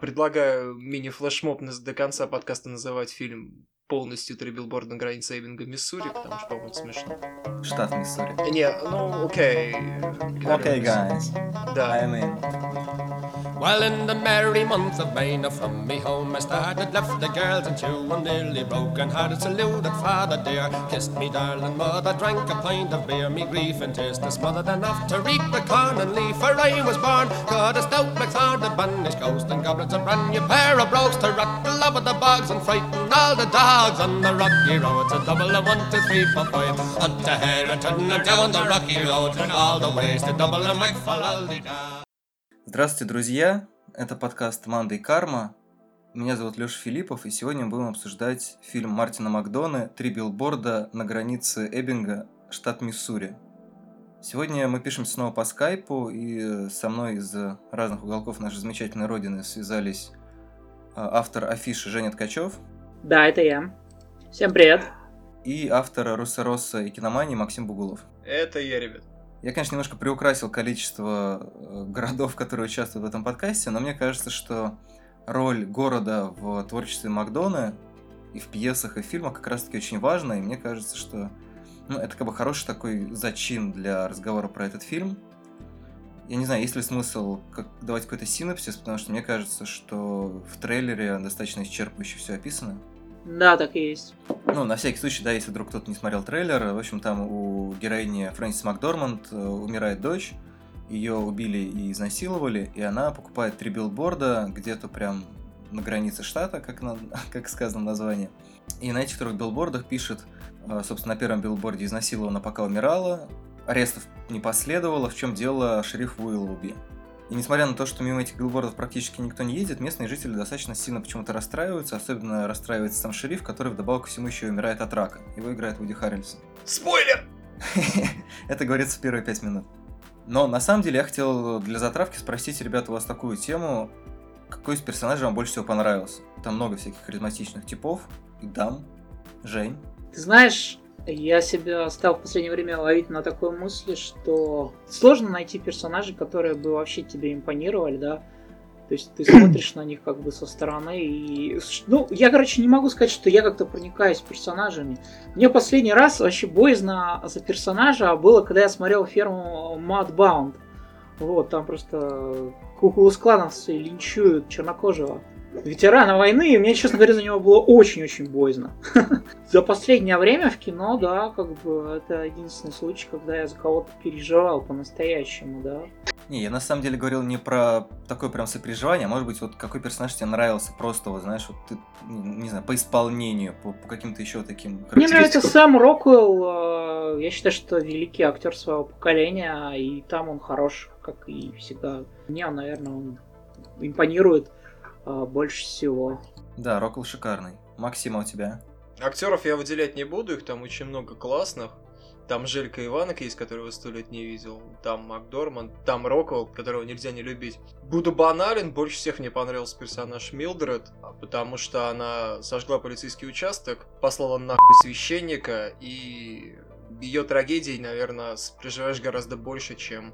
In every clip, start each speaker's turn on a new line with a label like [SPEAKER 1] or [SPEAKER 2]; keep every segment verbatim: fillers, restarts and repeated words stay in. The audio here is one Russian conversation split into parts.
[SPEAKER 1] Предлагаю мини-флешмоб до конца подкаста называть фильм полностью «Три билборда на границе Эббинга, Миссури», потому что, по-моему, это смешно.
[SPEAKER 2] Штат Миссури.
[SPEAKER 1] Не, ну, окей.
[SPEAKER 2] Okay, guys.
[SPEAKER 1] Да.
[SPEAKER 2] I'm in.
[SPEAKER 3] Well, in the merry month of May, now from me home I started, left the girls and two, and nearly broken-hearted, saluted father dear, kissed me darling mother, drank a pint of beer, me grief and tears to smothered enough to reap the corn and leaf, for I was born, got a stout McThorn, a banished ghost, and goblins, a brand new pair of brogues to rock the love of the bogs and frighten all the dogs on the rocky roads, a double of one, two, three, four, five, up to Herriton, down the rocky roads, and all the ways to double and make for all the dogs.
[SPEAKER 2] Здравствуйте, друзья! Это подкаст «Манда и карма». Меня зовут Лёша Филиппов, и сегодня мы будем обсуждать фильм Мартина Макдоны «Три билборда на границе Эббинга, штат Миссури». Сегодня мы пишемся снова по скайпу, и со мной из разных уголков нашей замечательной родины связались автор афиши Женя Ткачев.
[SPEAKER 4] Да, это я. Всем привет.
[SPEAKER 2] И автор «Руссо-Россо» и «Киномании» Максим Бугулов.
[SPEAKER 1] Это я, ребят.
[SPEAKER 2] Я, конечно, немножко приукрасил количество городов, которые участвуют в этом подкасте, но мне кажется, что роль города в творчестве Макдоны и в пьесах, и в фильмах как раз-таки очень важна, и мне кажется, что ну, это как бы хороший такой зачин для разговора про этот фильм. Я не знаю, есть ли смысл как, давать какой-то синопсис, потому что мне кажется, что в трейлере достаточно исчерпывающе все описано.
[SPEAKER 4] Да, так и есть.
[SPEAKER 2] Ну, на всякий случай, да, если вдруг кто-то не смотрел трейлер, в общем, там у героини Фрэнсис Макдорманд умирает дочь, ее убили и изнасиловали, и она покупает три билборда где-то прям на границе штата, как, на, как сказано в названии. И на этих трех билбордах пишет, собственно, на первом билборде изнасилована, пока умирала, арестов не последовало, в чем дело шериф Уиллоуби. И несмотря на то, что мимо этих билбордов практически никто не едет, местные жители достаточно сильно почему-то расстраиваются, особенно расстраивается сам шериф, который вдобавок ко всему еще и умирает от рака. Его играет Вуди Харрельсон.
[SPEAKER 1] Спойлер!
[SPEAKER 2] Это говорится в первые пять минут. Но на самом деле я хотел для затравки спросить, ребята, у вас такую тему, какой из персонажей вам больше всего понравился? Там много всяких харизматичных типов, и дам, Жень.
[SPEAKER 4] Ты знаешь, я себя стал в последнее время ловить на такой мысли, что сложно найти персонажей, которые бы вообще тебе импонировали, да. То есть ты смотришь на них как бы со стороны и... Ну, я, короче, не могу сказать, что я как-то проникаюсь персонажами. Мне последний раз вообще боязно за персонажа было, когда я смотрел ферму Mudbound. Вот, там просто куклус-клановцы линчуют чернокожего ветерана войны, и мне, честно говоря, за него было очень-очень боязно. За последнее время в кино, да, как бы, это единственный случай, когда я за кого-то переживал по-настоящему, да.
[SPEAKER 2] Не, я на самом деле говорил не про такое прям сопереживание, а может быть, вот какой персонаж тебе нравился просто, вот, знаешь, вот ты, не знаю, по исполнению, по, по каким-то еще таким характеристикам.
[SPEAKER 4] Мне нравится Сэм Роквелл, я считаю, что великий актер своего поколения, и там он хорош, как и всегда. Мне, наверное, он импонирует больше всего.
[SPEAKER 2] Да, Роквелл шикарный. Максима, у тебя?
[SPEAKER 1] Актеров я выделять не буду, их там очень много классных. Там Желька Иванок есть, которого сто лет не видел. Там Макдорманд, там Роквелл, которого нельзя не любить. Буду банален, больше всех мне понравился персонаж Милдред, потому что она сожгла полицейский участок, послала нахуй священника, и ее трагедией, наверное, переживаешь гораздо больше, чем...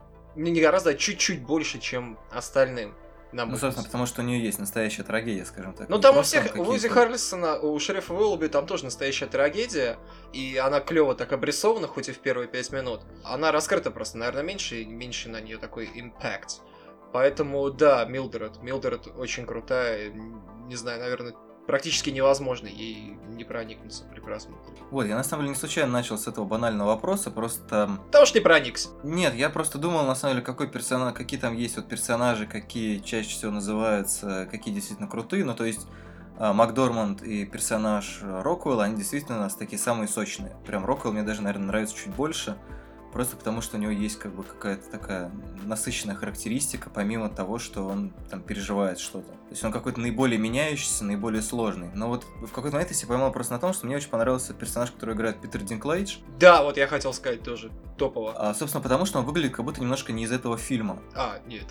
[SPEAKER 1] Не гораздо, а чуть-чуть больше, чем остальным.
[SPEAKER 2] Ну, собственно, потому что у нее есть настоящая трагедия, скажем так.
[SPEAKER 1] Ну, там у всех, у Вуди Харрельсона, у шерифа Уиллоуби там тоже настоящая трагедия, и она клево так обрисована, хоть и в первые пять минут. Она раскрыта просто, наверное, меньше, и меньше на нее такой импакт. Поэтому, да, Милдред. Милдред очень крутая, не знаю, наверное, практически невозможно ей не проникнуться прекрасно.
[SPEAKER 2] Вот, я на самом деле не случайно начал с этого банального вопроса, просто...
[SPEAKER 1] Потому что не проникся.
[SPEAKER 2] Нет, я просто думал, на самом деле, какой персонаж, какие там есть вот персонажи, какие чаще всего называются, какие действительно крутые, ну, то есть Макдорманд и персонаж Роквелла, они действительно у нас такие самые сочные. Прям Роквелл мне даже, наверное, нравится чуть больше, просто потому что у него есть как бы какая-то такая насыщенная характеристика, помимо того, что он там переживает что-то. То есть он какой-то наиболее меняющийся, наиболее сложный. Но вот в какой-то момент я себя поймал просто на том, что мне очень понравился персонаж, который играет Питер Динклейдж.
[SPEAKER 1] Да, вот я хотел сказать тоже, топово.
[SPEAKER 2] А, собственно, потому что он выглядит как будто немножко не из этого фильма.
[SPEAKER 1] А, нет.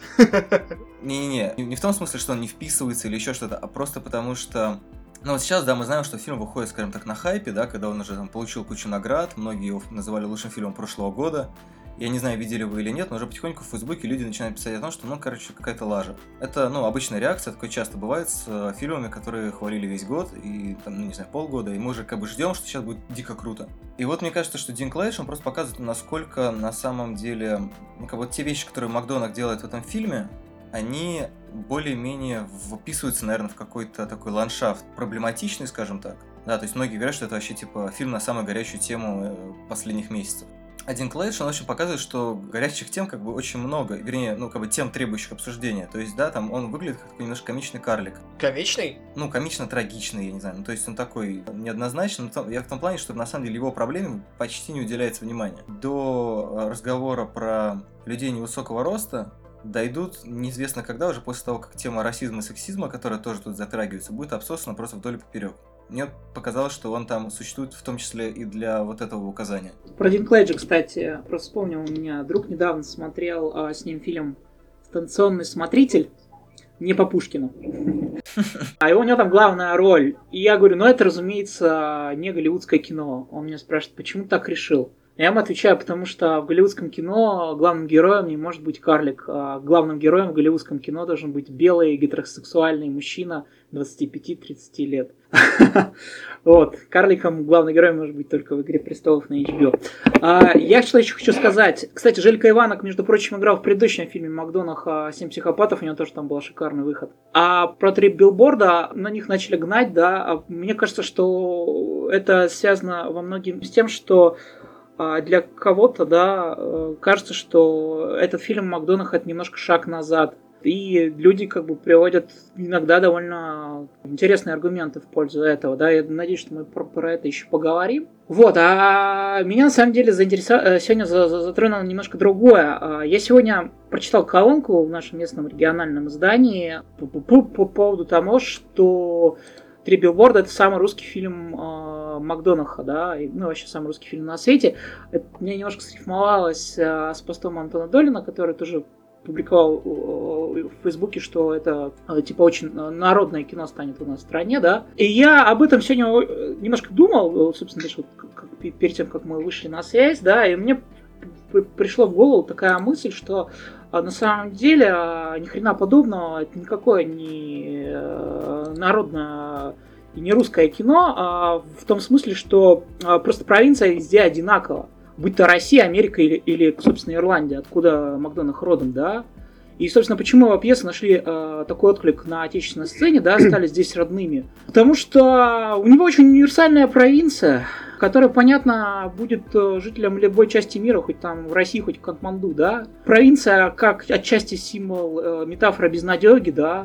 [SPEAKER 2] Не-не-не, не в том смысле, что он не вписывается или еще что-то, а просто потому что... Ну вот сейчас, да, мы знаем, что фильм выходит, скажем так, на хайпе, да, когда он уже там получил кучу наград, многие его называли лучшим фильмом прошлого года, Я не знаю, видели вы или нет, но уже потихоньку в Фейсбуке люди начинают писать о том, что, ну, короче, какая-то лажа. Это, ну, обычная реакция, такое часто бывает с э, фильмами, которые хвалили весь год, и, там, ну, не знаю, полгода, и мы уже как бы ждем, что сейчас будет дико круто. И вот мне кажется, что Динклэйдж, он просто показывает, насколько на самом деле, ну, как вот те вещи, которые Макдонах делает в этом фильме, они более-менее вписываются, наверное, в какой-то такой ландшафт проблематичный, скажем так. Да, то есть многие говорят, что это вообще типа фильм на самую горячую тему последних месяцев. А Динклэйдж, он очень показывает, что горячих тем как бы очень много, вернее, ну, как бы тем, требующих обсуждения. То есть, да, там он выглядит как такой немножко комичный карлик.
[SPEAKER 1] Комичный?
[SPEAKER 2] Ну, комично-трагичный, я не знаю. Ну, то есть он такой неоднозначный. Но я в том плане, что на самом деле его проблеме почти не уделяется внимания. До разговора про людей невысокого роста дойдут неизвестно когда, уже после того, как тема расизма и сексизма, которая тоже тут затрагивается, будет обсосана просто вдоль и поперек. Мне показалось, что он там существует в том числе и для вот этого указания.
[SPEAKER 4] Про Динклэйджа, кстати, просто вспомнил, у меня друг недавно смотрел а, с ним фильм «Станционный смотритель», не по Пушкину. А у него там главная роль. И я говорю, ну это, разумеется, не голливудское кино. Он меня спрашивает, почему так решил? Я ему отвечаю, потому что в голливудском кино главным героем не может быть карлик. А главным героем в голливудском кино должен быть белый гетеросексуальный мужчина двадцати пяти тридцати лет. Вот. Карликом главный герой может быть только в «Игре престолов» на эйч би о. А, я что еще хочу сказать. Кстати, Желька Иванок, между прочим, играл в предыдущем фильме Макдонаха «Семь психопатов», у него тоже там был шикарный выход. А про три билборда на них начали гнать, да. А мне кажется, что это связано во многом с тем, что для кого-то, да, кажется, что этот фильм Макдонаха — это немножко шаг назад. И люди как бы приводят иногда довольно интересные аргументы в пользу этого, да, я надеюсь, что мы про, про это еще поговорим. Вот, а меня на самом деле заинтересовало, сегодня затронуло немножко другое. Я сегодня прочитал колонку в нашем местном региональном издании по, по, по поводу того, что «Три билборда» — это самый русский фильм э, Макдонаха, да, и, ну, вообще самый русский фильм на свете. Это мне немножко срифмовалось э, с постом Антона Долина, который тоже публиковал э, в Фейсбуке, что это э, типа очень народное кино станет у нас в стране, да. И я об этом сегодня немножко думал, собственно, вот, как, перед тем, как мы вышли на связь, да, и мне пришло в голову такая мысль, что а на самом деле ни хрена подобного, это никакое не народное и не русское кино, а в том смысле, что просто провинция везде одинакова. Будь то Россия, Америка или, или собственно, Ирландия, откуда Макдонах родом, да. И, собственно, почему его пьесы нашли э, такой отклик на отечественной сцене, да, стали здесь родными. Потому что у него очень универсальная провинция, которая, понятно, будет жителям любой части мира, хоть там в России, хоть в Катманду, да. Провинция как отчасти символ, э, метафора безнадеги, да.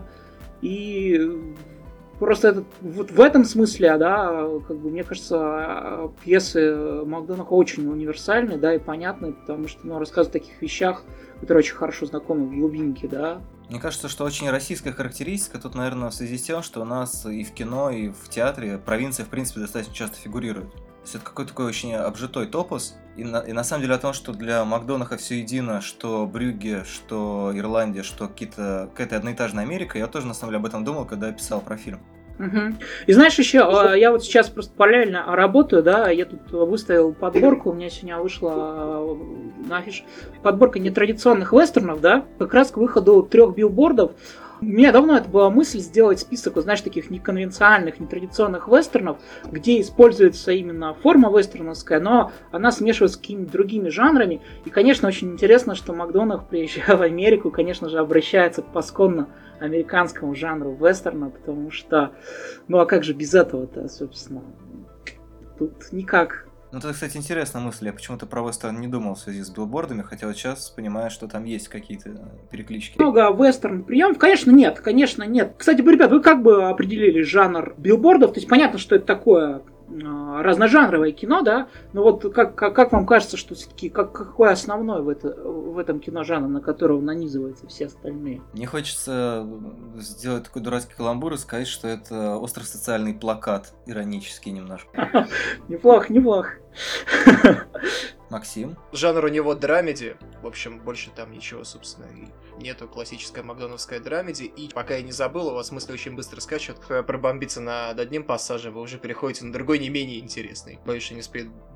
[SPEAKER 4] И просто этот, вот в этом смысле, да, как бы, мне кажется, пьесы Макдонаха очень универсальны, да, и понятны, потому что, ну, рассказывают о таких вещах, которые очень хорошо знакомы в глубинке, да.
[SPEAKER 2] Мне кажется, что очень российская характеристика тут, наверное, в связи с тем, что у нас и в кино, и в театре провинция, в принципе, достаточно часто фигурирует. То есть это какой-то такой очень обжитой топос. И на, и на самом деле о том, что для Макдонаха все едино, что Брюгге, что Ирландия, что какие-то, какая-то одноэтажная Америка, я тоже на самом деле об этом думал, когда я писал про фильм.
[SPEAKER 4] Угу. И знаешь, еще, я вот сейчас просто параллельно работаю, да, я тут выставил подборку, у меня сегодня вышла на афише подборка нетрадиционных вестернов, да, как раз к выходу трех билбордов. У меня давно это была мысль сделать список, вот, знаешь, таких неконвенциальных, нетрадиционных вестернов, где используется именно форма вестерновская, но она смешивается с какими-то другими жанрами. И, конечно, очень интересно, что Макдонах, приезжая в Америку, конечно же, обращается к пасконно американскому жанру вестерна, потому что, ну а как же без этого-то, собственно, тут никак.
[SPEAKER 2] Ну, это, кстати, интересная мысль. Я почему-то про вестерн не думал в связи с билбордами, хотя вот сейчас понимаю, что там есть какие-то переклички.
[SPEAKER 4] Много вестерн приемов? Конечно, нет, конечно, нет. Кстати, ребят, вы как бы определили жанр билбордов? То есть понятно, что это такое э, разножанровое кино, да? Но вот как, как, как вам кажется, что все-таки как, какой основной в, это, в этом кино жанр, на которого нанизываются все остальные?
[SPEAKER 2] Мне хочется сделать такой дурацкий каламбур и сказать, что это остросоциальный плакат, иронический немножко.
[SPEAKER 4] Неплохо, неплохо.
[SPEAKER 2] Максим?
[SPEAKER 1] Жанр у него драмеди. В общем, больше там ничего, собственно, и нету. Классическая макдоновская драмеди. И пока я не забыл, у вас мысли очень быстро скачут. Пробомбиться над одним пассажем, вы уже переходите на другой, не менее интересный. Больше не успеет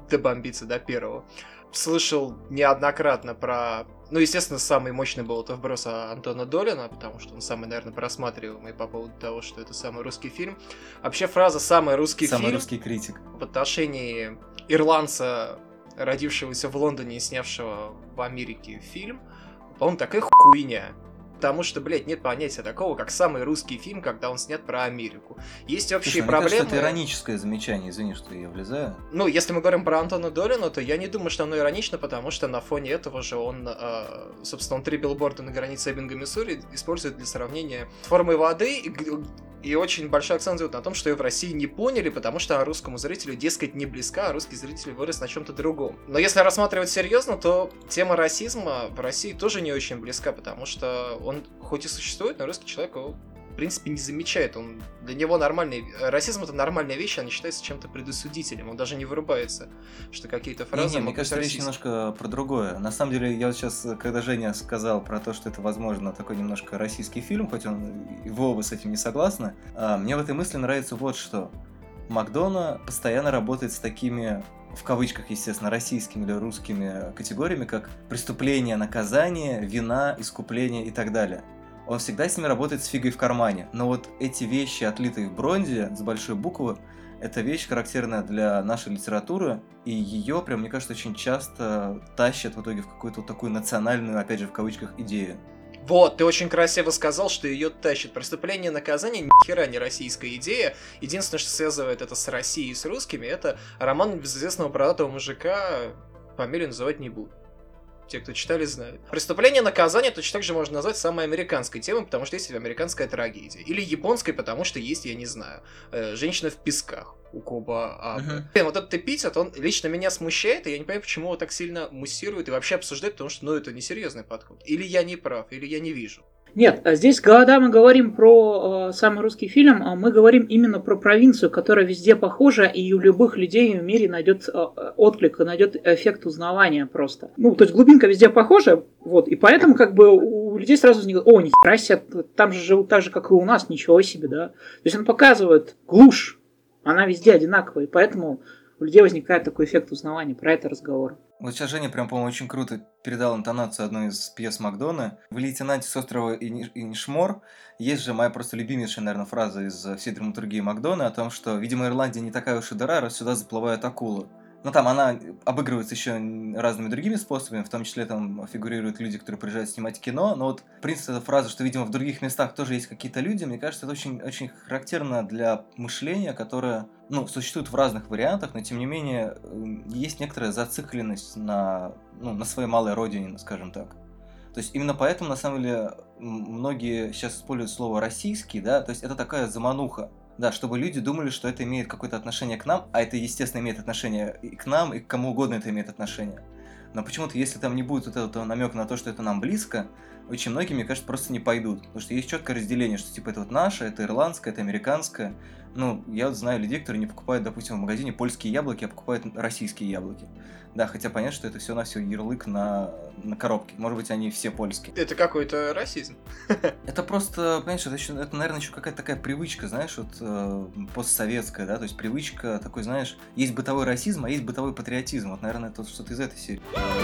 [SPEAKER 1] добомбиться до первого. Слышал неоднократно про... Ну, естественно, самый мощный был это вброс Антона Долина, потому что он самый, наверное, просматриваемый по поводу того, что это самый русский фильм. Вообще фраза «самый русский
[SPEAKER 2] Самый
[SPEAKER 1] фильм»
[SPEAKER 2] русский критик.
[SPEAKER 1] в отношении ирландца, родившегося в Лондоне и снявшего в Америке фильм, по-моему, такая хуйня. Потому что, блядь, нет понятия такого, как самый русский фильм, когда он снят про Америку. Есть общие
[SPEAKER 2] Слушай,
[SPEAKER 1] проблемы...
[SPEAKER 2] Мне кажется, это ироническое замечание, извини, что я влезаю.
[SPEAKER 1] Ну, если мы говорим про Антона Долина, то я не думаю, что оно иронично, потому что на фоне этого же он, э, собственно, он три билборда на границе Эббинга, Миссури использует для сравнения с формой воды, и, и очень большой акцент делает на том, что ее в России не поняли, потому что русскому зрителю, дескать, не близка, а русский зритель вырос на чем-то другом. Но если рассматривать серьезно, то тема расизма в России тоже не очень близка, потому что он хоть и существует, но русский человек его, в принципе, не замечает. Он, для него нормальный... Расизм — это нормальная вещь, а не считается чем-то предосудительным. Он даже не вырубается, что какие-то фразы...
[SPEAKER 2] Не, не, мне кажется, речь немножко про другое. На самом деле, я вот сейчас, когда Женя сказал про то, что это, возможно, такой немножко российский фильм, хоть он и вы оба с этим не согласны, мне в этой мысли нравится вот что. Макдона постоянно работает с такими... в кавычках, естественно, российскими или русскими категориями, как преступление, наказание, вина, искупление и так далее. Он всегда с ними работает с фигой в кармане. Но вот эти вещи, отлитые в бронзе, с большой буквы, это вещь характерная для нашей литературы, и ее, прям, мне кажется, очень часто тащат в итоге в какую-то вот такую национальную, опять же, в кавычках, идею.
[SPEAKER 1] Вот, ты очень красиво сказал, что ее тащит. Преступление и наказание ни хера не российская идея. Единственное, что связывает это с Россией и с русскими, это роман безызвестного бородатого мужика, фамилию называть не буду. Те, кто читали, знают. Преступление и наказание точно так же можно назвать самой американской темой, потому что есть американская трагедия. Или японской, потому что есть, я не знаю, «Женщина в песках» у Коба Абы. Uh-huh. Блин, вот этот эпитет, он лично меня смущает, и я не понимаю, почему его так сильно муссируют и вообще обсуждают, потому что, ну, это несерьезный подход. Или я не прав, или я не вижу.
[SPEAKER 4] Нет, здесь, когда мы говорим про э, самый русский фильм, мы говорим именно про провинцию, которая везде похожа, и у любых людей в мире найдет э, отклик, найдет эффект узнавания просто. Ну, то есть глубинка везде похожа, вот, и поэтому как бы у людей сразу возникает: о, нихера себе, там же живут так же, как и у нас, ничего себе, да. То есть он показывает глушь, она везде одинаковая, и поэтому у людей возникает такой эффект узнавания, про это разговор.
[SPEAKER 2] Вот сейчас Женя прям, по-моему, очень круто передал интонацию одной из пьес Макдона. В «Лейтенанте с острова Инишмор» есть же моя просто любимейшая, наверное, фраза из всей драматургии Макдона о том, что, видимо, Ирландия не такая уж и дыра, раз сюда заплывают акулы. Ну, там она обыгрывается еще разными другими способами, в том числе там фигурируют люди, которые приезжают снимать кино, но вот, в принципе, эта фраза, что, видимо, в других местах тоже есть какие-то люди, мне кажется, это очень, очень характерно для мышления, которое, ну, существует в разных вариантах, но, тем не менее, есть некоторая зацикленность на, ну, на своей малой родине, скажем так. То есть именно поэтому, на самом деле, многие сейчас используют слово «российский», да, то есть это такая замануха. Да, чтобы люди думали, что это имеет какое-то отношение к нам, а это, естественно, имеет отношение и к нам, и к кому угодно это имеет отношение. Но почему-то, если там не будет вот этого намека на то, что это нам близко, очень многие, мне кажется, просто не пойдут. Потому что есть четкое разделение, что типа это вот наше, это ирландское, это американское. Ну, я вот знаю людей, которые не покупают, допустим, в магазине польские яблоки, а покупают российские яблоки. Да, хотя понятно, что это все-на-все ярлык на, на коробке. Может быть, они все польские.
[SPEAKER 1] Это какой-то расизм.
[SPEAKER 2] Это просто, понимаешь, это, еще, это, наверное, еще какая-то такая привычка, знаешь, вот э, постсоветская, да, то есть привычка такой, знаешь, есть бытовой расизм, а есть бытовой патриотизм. Вот, наверное, это что-то из этой серии.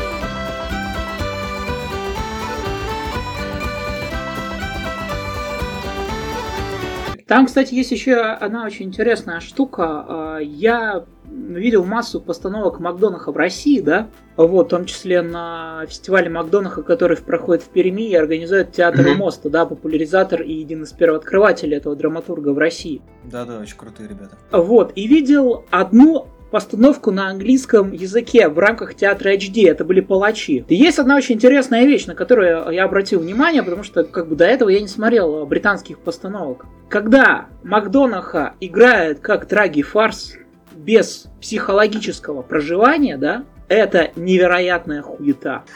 [SPEAKER 4] Там, кстати, есть еще одна очень интересная штука. Я видел массу постановок Макдонаха в России, да, вот, в том числе на фестивале Макдонаха, который проходит в Перми, и организует Театр mm-hmm. Моста, да, популяризатор и один из первооткрывателей этого драматурга в России.
[SPEAKER 2] Да-да, очень крутые ребята.
[SPEAKER 4] Вот, и видел одну постановку на английском языке в рамках театра эйч ди, это были «Палачи». И есть одна очень интересная вещь, на которую я обратил внимание, потому что как бы до этого я не смотрел британских постановок. Когда Макдонаха играет как трагифарс без психологического проживания, да, это невероятная хуета.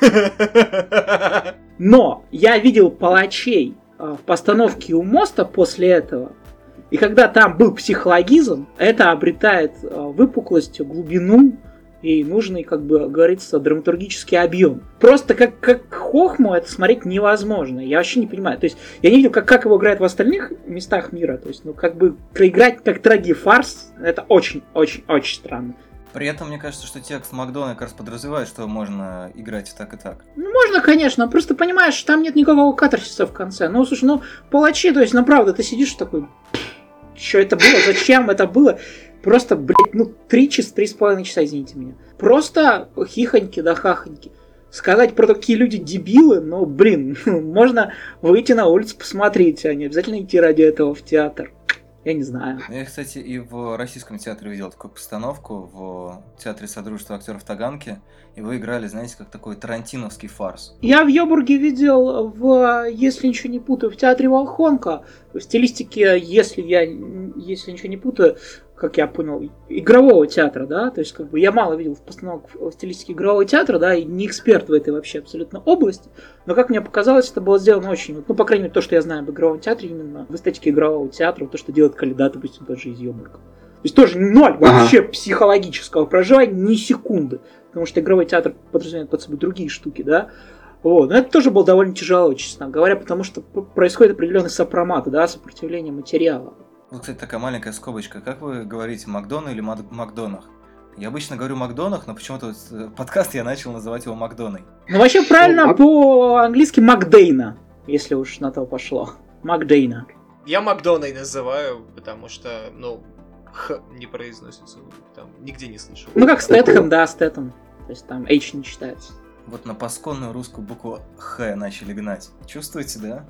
[SPEAKER 4] Но я видел «Палачей» в постановке у Моста после этого, и когда там был психологизм, это обретает выпуклость, глубину и нужный, как бы говорится, драматургический объем. Просто как, как хохму это смотреть невозможно. Я вообще не понимаю. То есть я не видел, как, как его играют в остальных местах мира. То есть, ну, как бы проиграть как трагифарс, это очень-очень-очень странно.
[SPEAKER 2] При этом, мне кажется, что текст Макдона как раз подразумевает, что можно играть и так, и так.
[SPEAKER 4] Ну, можно, конечно, просто понимаешь, там нет никакого катарсиса в конце. Ну, слушай, ну, палачи, то есть, ну, правда, ты сидишь такой, что это было, зачем это было? Просто, блядь, ну, три часа, три с половиной часа, извините меня. Просто хихоньки да хахоньки. Сказать про такие люди дебилы, но, блин, можно выйти на улицу посмотреть, а не обязательно идти ради этого в театр. Я не знаю.
[SPEAKER 2] Я, кстати, и в российском театре видел такую постановку в Театре Содружества актеров Таганки, и вы играли, знаете, как такой тарантиновский фарс.
[SPEAKER 4] Я в Йобурге видел, в, если ничего не путаю, в Театре Волхонка, в стилистике, если я если ничего не путаю, как я понял, игрового театра, да, то есть как бы я мало видел в постановках в стилистике игрового театра, да, и не эксперт в этой вообще абсолютно области, но как мне показалось, это было сделано очень, ну, по крайней мере, то, что я знаю об игровом театре, именно в эстетике игрового театра, то, что делает Коляда, допустим, тот же из Йобурга. То есть тоже ноль вообще ага. психологического проживания, ни секунды, потому что игровой театр подразумевает под собой другие штуки, да. Вот. Но это тоже было довольно тяжело, честно говоря, потому что происходит определенный сопромат, да, сопротивление материала.
[SPEAKER 2] Вот, кстати, такая маленькая скобочка. Как вы говорите, Макдона или Мак- Макдонах? Я обычно говорю Макдонах, но почему-то вот подкаст я начал называть его Макдоной.
[SPEAKER 4] Ну, вообще правильно Мак... по-английски Макдейна, если уж на то пошло. Макдейна.
[SPEAKER 1] Я Макдоной называю, потому что, ну, Х не произносится, там нигде не слышал.
[SPEAKER 4] Ну, как Стэтхэм, да, Стэтхэм. То есть там H не читается.
[SPEAKER 2] Вот на пасконную русскую букву Х начали гнать. Чувствуете, да?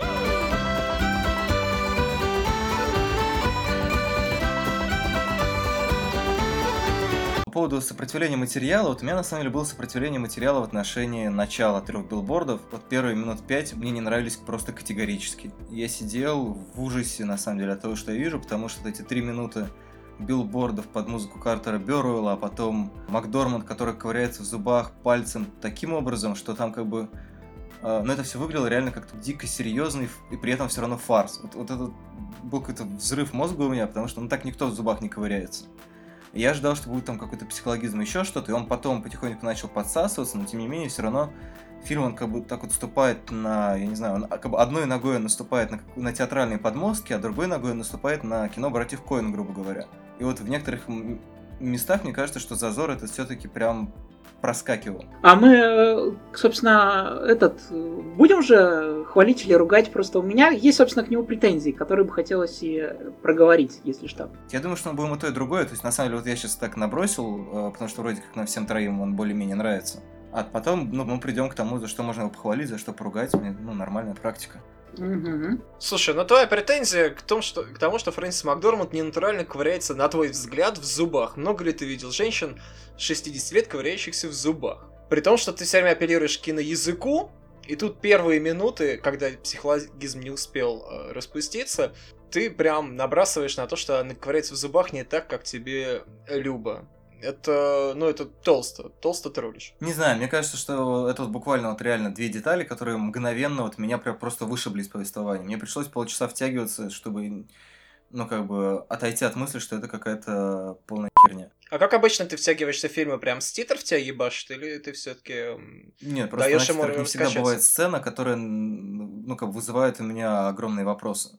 [SPEAKER 2] По поводу сопротивления материала, вот у меня на самом деле было сопротивление материала в отношении начала трех билбордов. Вот первые минут пять мне не нравились просто категорически. Я сидел в ужасе, на самом деле, от того, что я вижу, потому что эти три минуты билбордов под музыку Картера Бёруэлла, а потом Макдорманд, который ковыряется в зубах пальцем таким образом, что там как бы... Э, ну, это все выглядело реально как-то дико серьезный и при этом все равно фарс. Вот, вот это был какой-то взрыв мозга у меня, потому что ну так никто в зубах не ковыряется. Я ожидал, что будет там какой-то психологизм, еще что-то, и он потом потихоньку начал подсасываться, но тем не менее все равно фильм, он как бы так вот ступает на, я не знаю, он как бы одной ногой он наступает на, на театральные подмостки, а другой ногой он наступает на кино братьев Коэн, грубо говоря. И вот в некоторых местах мне кажется, что зазор это все-таки прям проскакивал.
[SPEAKER 4] А мы, собственно, этот, будем же хвалить или ругать, просто у меня есть, собственно, к нему претензии, которые бы хотелось и проговорить, если что.
[SPEAKER 2] Я думаю, что мы будем и то, и другое, то есть, на самом деле, вот я сейчас так набросил, потому что вроде как нам всем троим он более-менее нравится, а потом, ну, мы придем к тому, за что можно его похвалить, за что поругать, ну, нормальная практика.
[SPEAKER 4] Угу.
[SPEAKER 1] Слушай, ну твоя претензия к тому, что, к тому, что Фрэнсис Макдорманд ненатурально ковыряется, на твой взгляд, в зубах. Много ли ты видел женщин шестьдесят лет, ковыряющихся в зубах? При том, что ты все время апеллируешь к киноязыку, и тут первые минуты, когда психологизм не успел э, распуститься, ты прям набрасываешь на то, что она ковыряется в зубах не так, как тебе любо. Это, ну, это толсто, толсто троллишь.
[SPEAKER 2] Не знаю, мне кажется, что это вот буквально вот реально две детали, которые мгновенно вот меня прям просто вышибли из повествования. Мне пришлось полчаса втягиваться, чтобы, ну, как бы, отойти от мысли, что это какая-то полная херня.
[SPEAKER 1] А как обычно ты втягиваешься в фильмы, прям с титров тебя ебашит, или ты все-таки
[SPEAKER 2] Нет, просто
[SPEAKER 1] даешь
[SPEAKER 2] на
[SPEAKER 1] ему
[SPEAKER 2] титрах не всегда
[SPEAKER 1] раскачаться?
[SPEAKER 2] бывает сцена, которая, ну, как бы вызывает у меня огромные вопросы.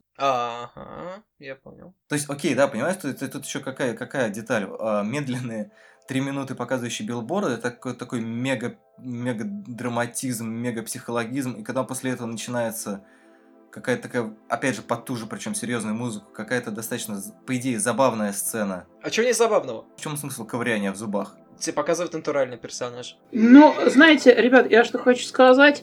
[SPEAKER 1] Ага, я понял.
[SPEAKER 2] То есть, окей, да, понимаешь, тут, тут еще какая, какая деталь. А, медленные три минуты, показывающие билборды, это такой, такой мега, мега драматизм, мега психологизм, и когда после этого начинается какая-то такая, опять же, под ту же, причем серьезную музыку, какая-то достаточно, по идее, забавная сцена.
[SPEAKER 1] А чего не забавного?
[SPEAKER 2] В чем смысл ковыряния в зубах?
[SPEAKER 1] Тебе показывают натуральный персонаж.
[SPEAKER 4] Ну, знаете, ребят, я что хочу сказать.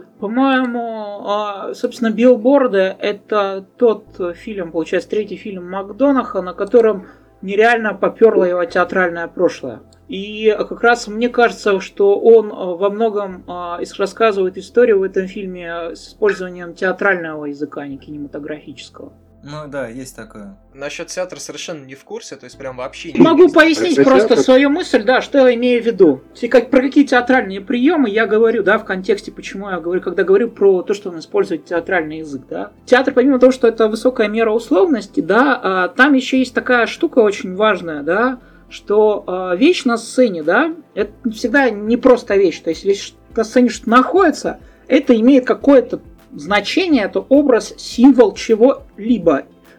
[SPEAKER 4] По-моему, собственно, «Билборды» — это тот фильм, получается, третий фильм Макдонаха, на котором нереально поперло его театральное прошлое. И как раз мне кажется, что он во многом рассказывает историю в этом фильме с использованием театрального языка, а не кинематографического.
[SPEAKER 2] Ну да, есть такое.
[SPEAKER 1] Насчет театра совершенно не в курсе, то есть прям вообще не.
[SPEAKER 4] Могу пояснить просто свою мысль, да, что я имею в виду. Как, про какие театральные приемы я говорю, да, в контексте, почему я говорю, когда говорю про то, что он использует театральный язык, да. Театр, помимо того, что это высокая мера условности, да, там еще есть такая штука очень важная, да, что вещь на сцене, да, это всегда не просто вещь, то есть вещь на сцене что находится, это имеет какое-то значение, это образ, символ чего-либо.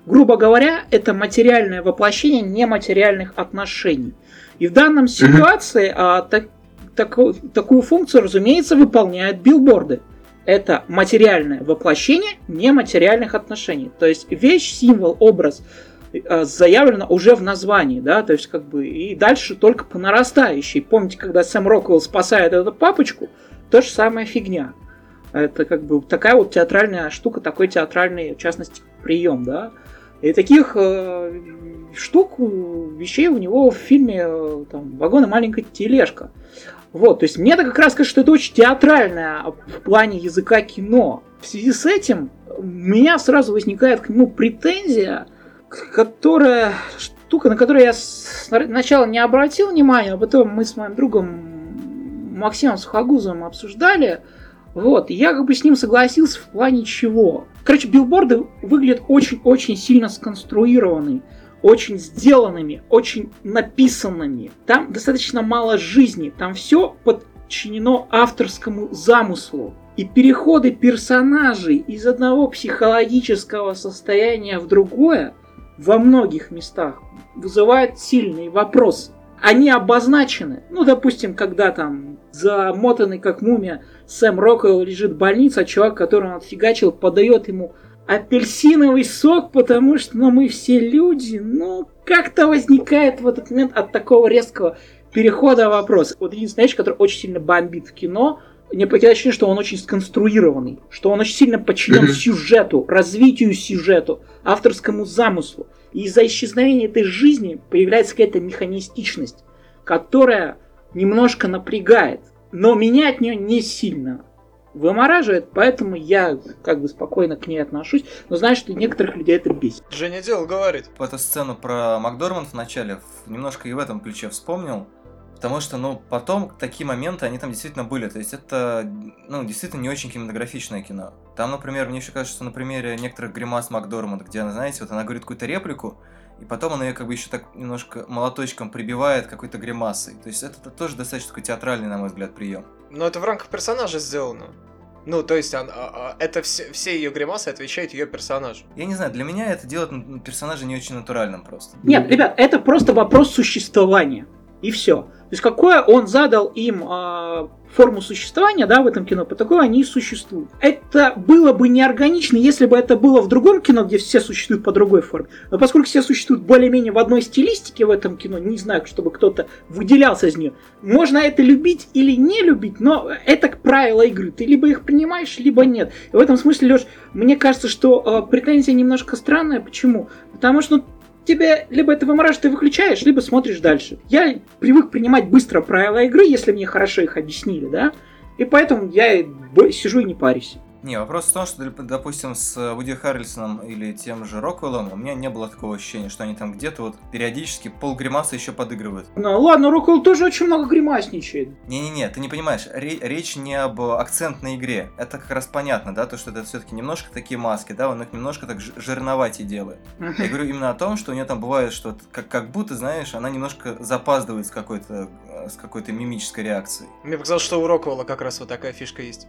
[SPEAKER 4] грубо говоря, это материальное воплощение нематериальных отношений. И в данном ситуации а, так, так, такую функцию, разумеется, выполняют билборды. Это материальное воплощение нематериальных отношений. То есть вещь, символ, образ а, заявлено уже в названии, да, то есть как бы и дальше только по нарастающей. Помните, когда Сэм Роквелл спасает эту папочку, то же самая фигня. Это как бы такая вот театральная штука, такой театральный, в частности, прием, да. И таких э, штук, вещей у него в фильме э, там, «Вагон и маленькая тележка». Вот, то есть мне так как раз кажется, что это очень театральное в плане языка кино. В связи с этим у меня сразу возникает к нему претензия, которая, штука, на которую я сначала не обратил внимания, а потом мы с моим другом Максимом Сухогузовым обсуждали. Вот, я как бы с ним согласился в плане чего. Короче, билборды выглядят очень-очень сильно сконструированными, очень сделанными, очень написанными. Там достаточно мало жизни, там все подчинено авторскому замыслу. И переходы персонажей из одного психологического состояния в другое во многих местах вызывают сильные вопросы. Они обозначены. Ну, допустим, когда там замотанный как мумия Сэм Роквелл лежит в больнице, а чувак, которого он отфигачил, подает ему апельсиновый сок, потому что ну, мы все люди. Ну, как-то возникает в этот момент от такого резкого перехода вопрос. Вот единственная вещь, которая очень сильно бомбит в кино, мне покидает ощущение, что он очень сконструированный, что он очень сильно подчинен сюжету, развитию сюжету, авторскому замыслу. И из-за исчезновения этой жизни появляется какая-то механистичность, которая немножко напрягает, но меня от нее не сильно вымораживает, поэтому я как бы спокойно к ней отношусь, но знаю, что некоторых людей это бесит.
[SPEAKER 1] Женя дело говорит.
[SPEAKER 2] Эту сцену про Макдорманд в начале немножко и в этом ключе вспомнил. Потому что, ну, потом такие моменты, они там действительно были. То есть это, ну, действительно не очень кинематографичное кино. Там, например, мне еще кажется, что на примере некоторых гримас Макдорманда, где она, знаете, вот она говорит какую-то реплику, и потом она ее как бы еще так немножко молоточком прибивает какой-то гримасой. То есть это тоже достаточно такой театральный, на мой взгляд, прием.
[SPEAKER 1] Но это в рамках персонажа сделано. Ну, то есть, он, а, а, это все, все ее гримасы отвечают ее персонажу.
[SPEAKER 2] Я не знаю, для меня это делает персонажа не очень натуральным просто.
[SPEAKER 4] Нет, ребят, это просто вопрос существования. И все. То есть, какое он задал им э, форму существования, да, в этом кино, по такой они и существуют. Это было бы неорганично, если бы это было в другом кино, где все существуют по другой форме. Но поскольку все существуют более-менее в одной стилистике в этом кино, не знаю, чтобы кто-то выделялся из нее, можно это любить или не любить, но это правило игры. Ты либо их принимаешь, либо нет. И в этом смысле, Леш, мне кажется, что э, претензия немножко странная. Почему? Потому что, ну, тебе либо это вымораживаает, ты выключаешь, либо смотришь дальше. Я привык принимать быстро правила игры, если мне хорошо их объяснили, да? И поэтому я сижу и не парюсь.
[SPEAKER 2] Не, вопрос в том, что, допустим, с Вуди Харрельсоном или тем же Роквеллом у меня не было такого ощущения, что они там где-то вот периодически полгримаса еще подыгрывают.
[SPEAKER 4] Ну ладно, Роквелл тоже очень много гримасничает.
[SPEAKER 2] Не-не-не, ты не понимаешь, ре- речь не об акцентной игре. Это как раз понятно, да, то, что это все-таки немножко такие маски, да, он их немножко так жирноватее делает. Я говорю именно о том, что у нее там бывает, что как, как будто, знаешь, она немножко запаздывает с какой-то, с какой-то мимической реакцией.
[SPEAKER 1] Мне показалось, что у Роквелла как раз вот такая фишка есть.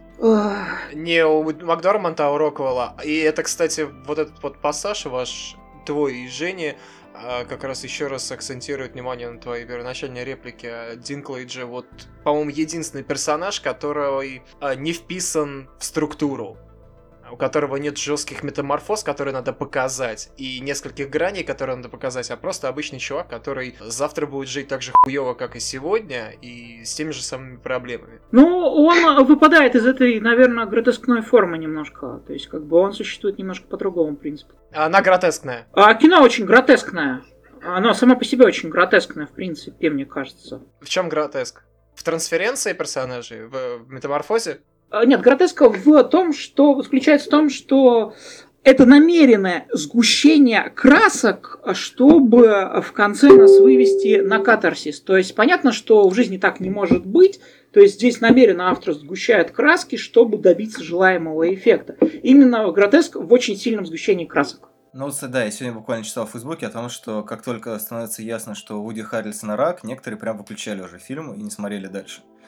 [SPEAKER 1] Не у Макдорманда, а у Роквелла. И это, кстати, вот этот вот пассаж ваш, твой и Жени, как раз еще раз акцентирует внимание на твоей первоначальной реплике. Динклейджа, вот, по-моему, единственный персонаж, который не вписан в структуру, у которого нет жестких метаморфоз, которые надо показать, и нескольких граней, которые надо показать, а просто обычный чувак, который завтра будет жить так же хуёво, как и сегодня, и с теми же самыми проблемами.
[SPEAKER 4] Ну, он выпадает из этой, наверное, гротескной формы немножко. То есть, как бы он существует немножко по другому принципу.
[SPEAKER 1] Она гротескная.
[SPEAKER 4] А кино очень гротескное. Оно само по себе очень гротескное, в принципе, мне кажется.
[SPEAKER 1] В чем гротеск? В трансференции персонажей? В, в метаморфозе?
[SPEAKER 4] Нет, гротеска в том, что заключается в том, что это намеренное сгущение красок, чтобы в конце нас вывести на катарсис. То есть понятно, что в жизни так не может быть. То есть здесь намеренно автор сгущает краски, чтобы добиться желаемого эффекта. Именно гротеск в очень сильном сгущении красок.
[SPEAKER 2] Ну, да, я сегодня буквально читал в Фейсбуке о том, что как только становится ясно, что у Вуди Харрельсона рак, некоторые прям выключали уже фильм и не смотрели дальше.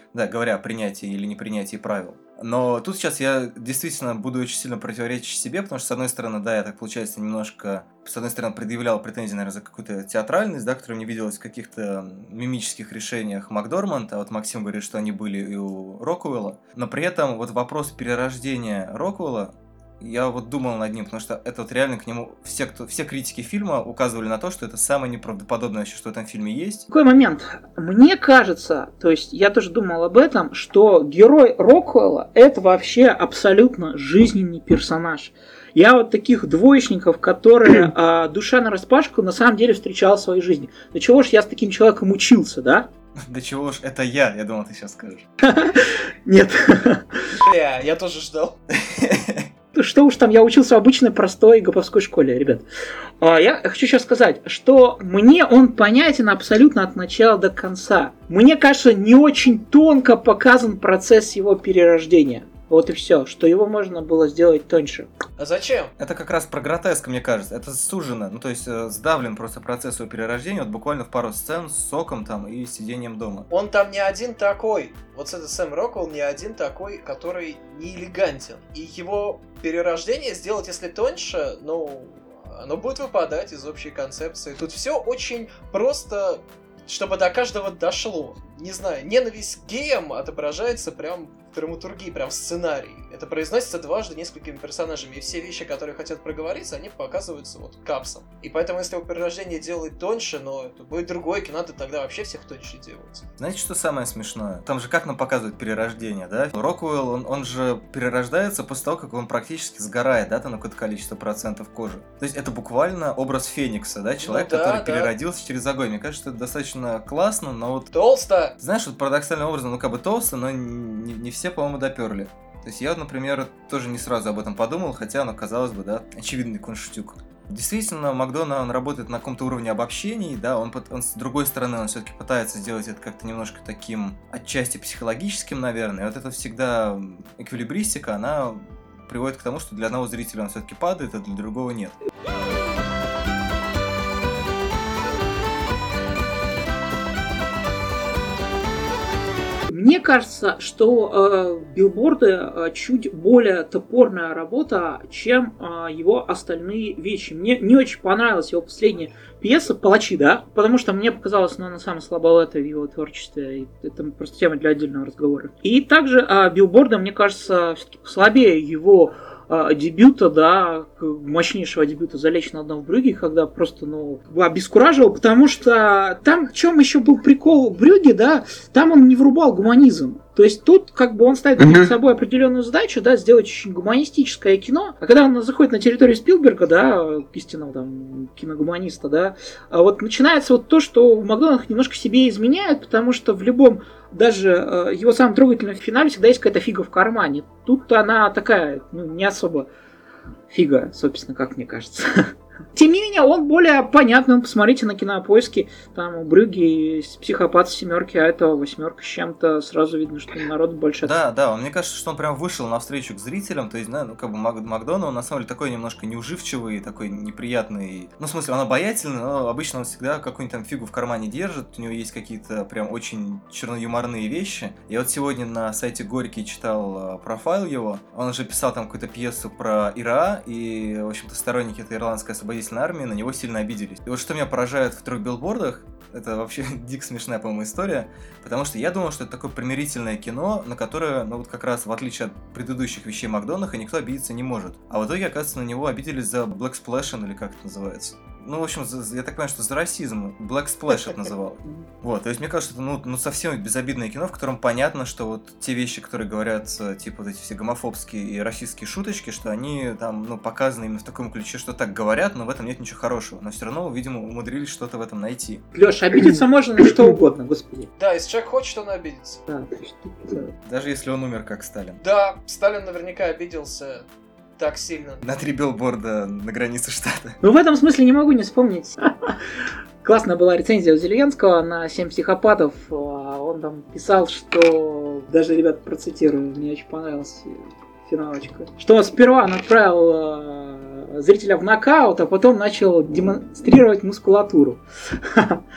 [SPEAKER 2] да, говоря о принятии или непринятии правил. Но тут сейчас я действительно буду очень сильно противоречить себе, потому что, с одной стороны, да, я так, получается, немножко, с одной стороны, предъявлял претензии, наверное, за какую-то театральность, да, которая мне виделась в каких-то мимических решениях Макдорманд, а вот Максим говорит, что они были и у Рокуэлла. Но при этом вот вопрос перерождения Рокуэлла, я вот думал над ним, потому что это вот реально к нему... Все, кто, все критики фильма указывали на то, что это самое неправдоподобное вообще, что в этом фильме есть.
[SPEAKER 4] Такой момент. Мне кажется, то есть я тоже думал об этом, что герой Рокуэлла это вообще абсолютно жизненный персонаж. Я вот таких двоечников, которые а, душа нараспашку, на самом деле встречал в своей жизни. До чего ж я с таким человеком учился, да?
[SPEAKER 2] Да чего ж, это я, я думал, ты сейчас скажешь.
[SPEAKER 4] Нет.
[SPEAKER 1] Бля, я тоже ждал.
[SPEAKER 4] Что уж там, я учился в обычной простой гоповской школе, ребят. Я хочу сейчас сказать, что мне он понятен абсолютно от начала до конца. Мне кажется, не очень тонко показан процесс его перерождения. Вот и все, что его можно было сделать тоньше.
[SPEAKER 1] А зачем?
[SPEAKER 2] Это как раз про гротеск, мне кажется. Это сужено, ну то есть э, сдавлен просто процесс его перерождения, вот буквально в пару сцен с соком там и сидением дома.
[SPEAKER 1] Он там не один такой. Вот этот Сэм Роквелл не один такой, который не элегантен. И его перерождение сделать, если тоньше, ну, оно будет выпадать из общей концепции. Тут все очень просто, чтобы до каждого дошло. Не знаю, ненависть к геям отображается прям в драматургии, прям в сценарии. Это произносится дважды несколькими персонажами, и все вещи, которые хотят проговориться, они показываются вот капсом. И поэтому, если его перерождение делать тоньше, но это будет другое кино, то тогда вообще всех тоньше делать.
[SPEAKER 2] Знаете, что самое смешное? Там же как нам показывают перерождение, да? Рокуэлл, он, он же перерождается после того, как он практически сгорает, да, там на какое-то количество процентов кожи. То есть это буквально образ Феникса, да? Человек,
[SPEAKER 1] ну, да,
[SPEAKER 2] который
[SPEAKER 1] да.
[SPEAKER 2] переродился через огонь. Мне кажется, что это достаточно классно, но вот...
[SPEAKER 1] Толсто!
[SPEAKER 2] Знаешь, вот парадоксальным образом, ну как бы толсто, но не, не все, по-моему, доперли. То есть я, например, тоже не сразу об этом подумал, хотя оно, казалось бы, да, очевидный кунштюк. Действительно, Макдона, он работает на каком-то уровне обобщений, да, он, он с другой стороны, он все-таки пытается сделать это как-то немножко таким, отчасти психологическим, наверное. И вот это всегда эквилибристика, она приводит к тому, что для одного зрителя он все-таки падает, а для другого нет.
[SPEAKER 4] Мне кажется, что э, билборды э, чуть более топорная работа, чем э, его остальные вещи. Мне не очень понравилась его последняя пьеса «Палачи», да, потому что мне показалось, ну, она самая слабоватая в его творчестве. И это просто тема для отдельного разговора. И также э, билборды, мне кажется, все-таки послабее его дебюта, да, мощнейшего дебюта «Залечь на дно в Брюгге», когда просто, ну, обескураживал, потому что там в чем еще был прикол Брюгге, да, там он не врубал гуманизм. То есть тут как бы он ставит перед собой определенную задачу, да, сделать очень гуманистическое кино. А когда он заходит на территорию Спилберга, да, истинного там киногуманиста, да, вот начинается вот то, что в Макдональдах немножко себе изменяют, потому что в любом, даже э, его самом трогательном финале всегда есть какая-то фига в кармане. Тут она такая, ну, не особо фига, собственно, как мне кажется. Тем не менее, он более понятный. Посмотрите на Кинопоиске. Там у Брюгге психопат в семерке, а это восьмерка с чем-то. Сразу видно, что народ больше.
[SPEAKER 2] Да, да, мне кажется, что он прям вышел навстречу к зрителям. То есть, да, ну, как бы Мак- Макдона, он на самом деле такой немножко неуживчивый, такой неприятный. Ну, в смысле, он обаятельный, но обычно он всегда какую-нибудь там фигу в кармане держит. У него есть какие-то прям очень черноюморные вещи. Я вот сегодня на сайте Горький читал э, профайл его. Он уже писал там какую-то пьесу про ИРА, и, в общем-то, сторонники этой ирландской освободительной армии на него сильно обиделись. И вот что меня поражает в трех билбордах, это вообще дико смешная, по-моему, история, потому что я думал, что это такое примирительное кино, на которое, ну вот как раз в отличие от предыдущих вещей Макдонаха, никто обидеться не может. А в итоге, оказывается, на него обиделись за Black Splash, или как это называется. Ну, в общем, за, я так понимаю, что за расизм. Black Splash это называл. Вот, то есть, мне кажется, это ну, ну, совсем безобидное кино, в котором понятно, что вот те вещи, которые говорят, типа, вот эти все гомофобские и расистские шуточки, что они там, ну, показаны именно в таком ключе, что так говорят, но в этом нет ничего хорошего. Но все равно, видимо, умудрились что-то в этом найти.
[SPEAKER 4] Лёш, обидеться можно на что угодно, господи.
[SPEAKER 1] Да, если человек хочет, он обидится.
[SPEAKER 4] Да, то есть тут...
[SPEAKER 2] Даже если он умер, как Сталин.
[SPEAKER 1] Да, Сталин наверняка обиделся так сильно.
[SPEAKER 2] На три билборда на границе штата.
[SPEAKER 4] Ну, в этом смысле не могу не вспомнить. Классная была рецензия у Зеленского на «Семь психопатов». Он там писал, что... Даже, ребят, процитирую, мне очень понравилась финалочка. Что сперва он отправил зрителя в нокаут, а потом начал демонстрировать мускулатуру.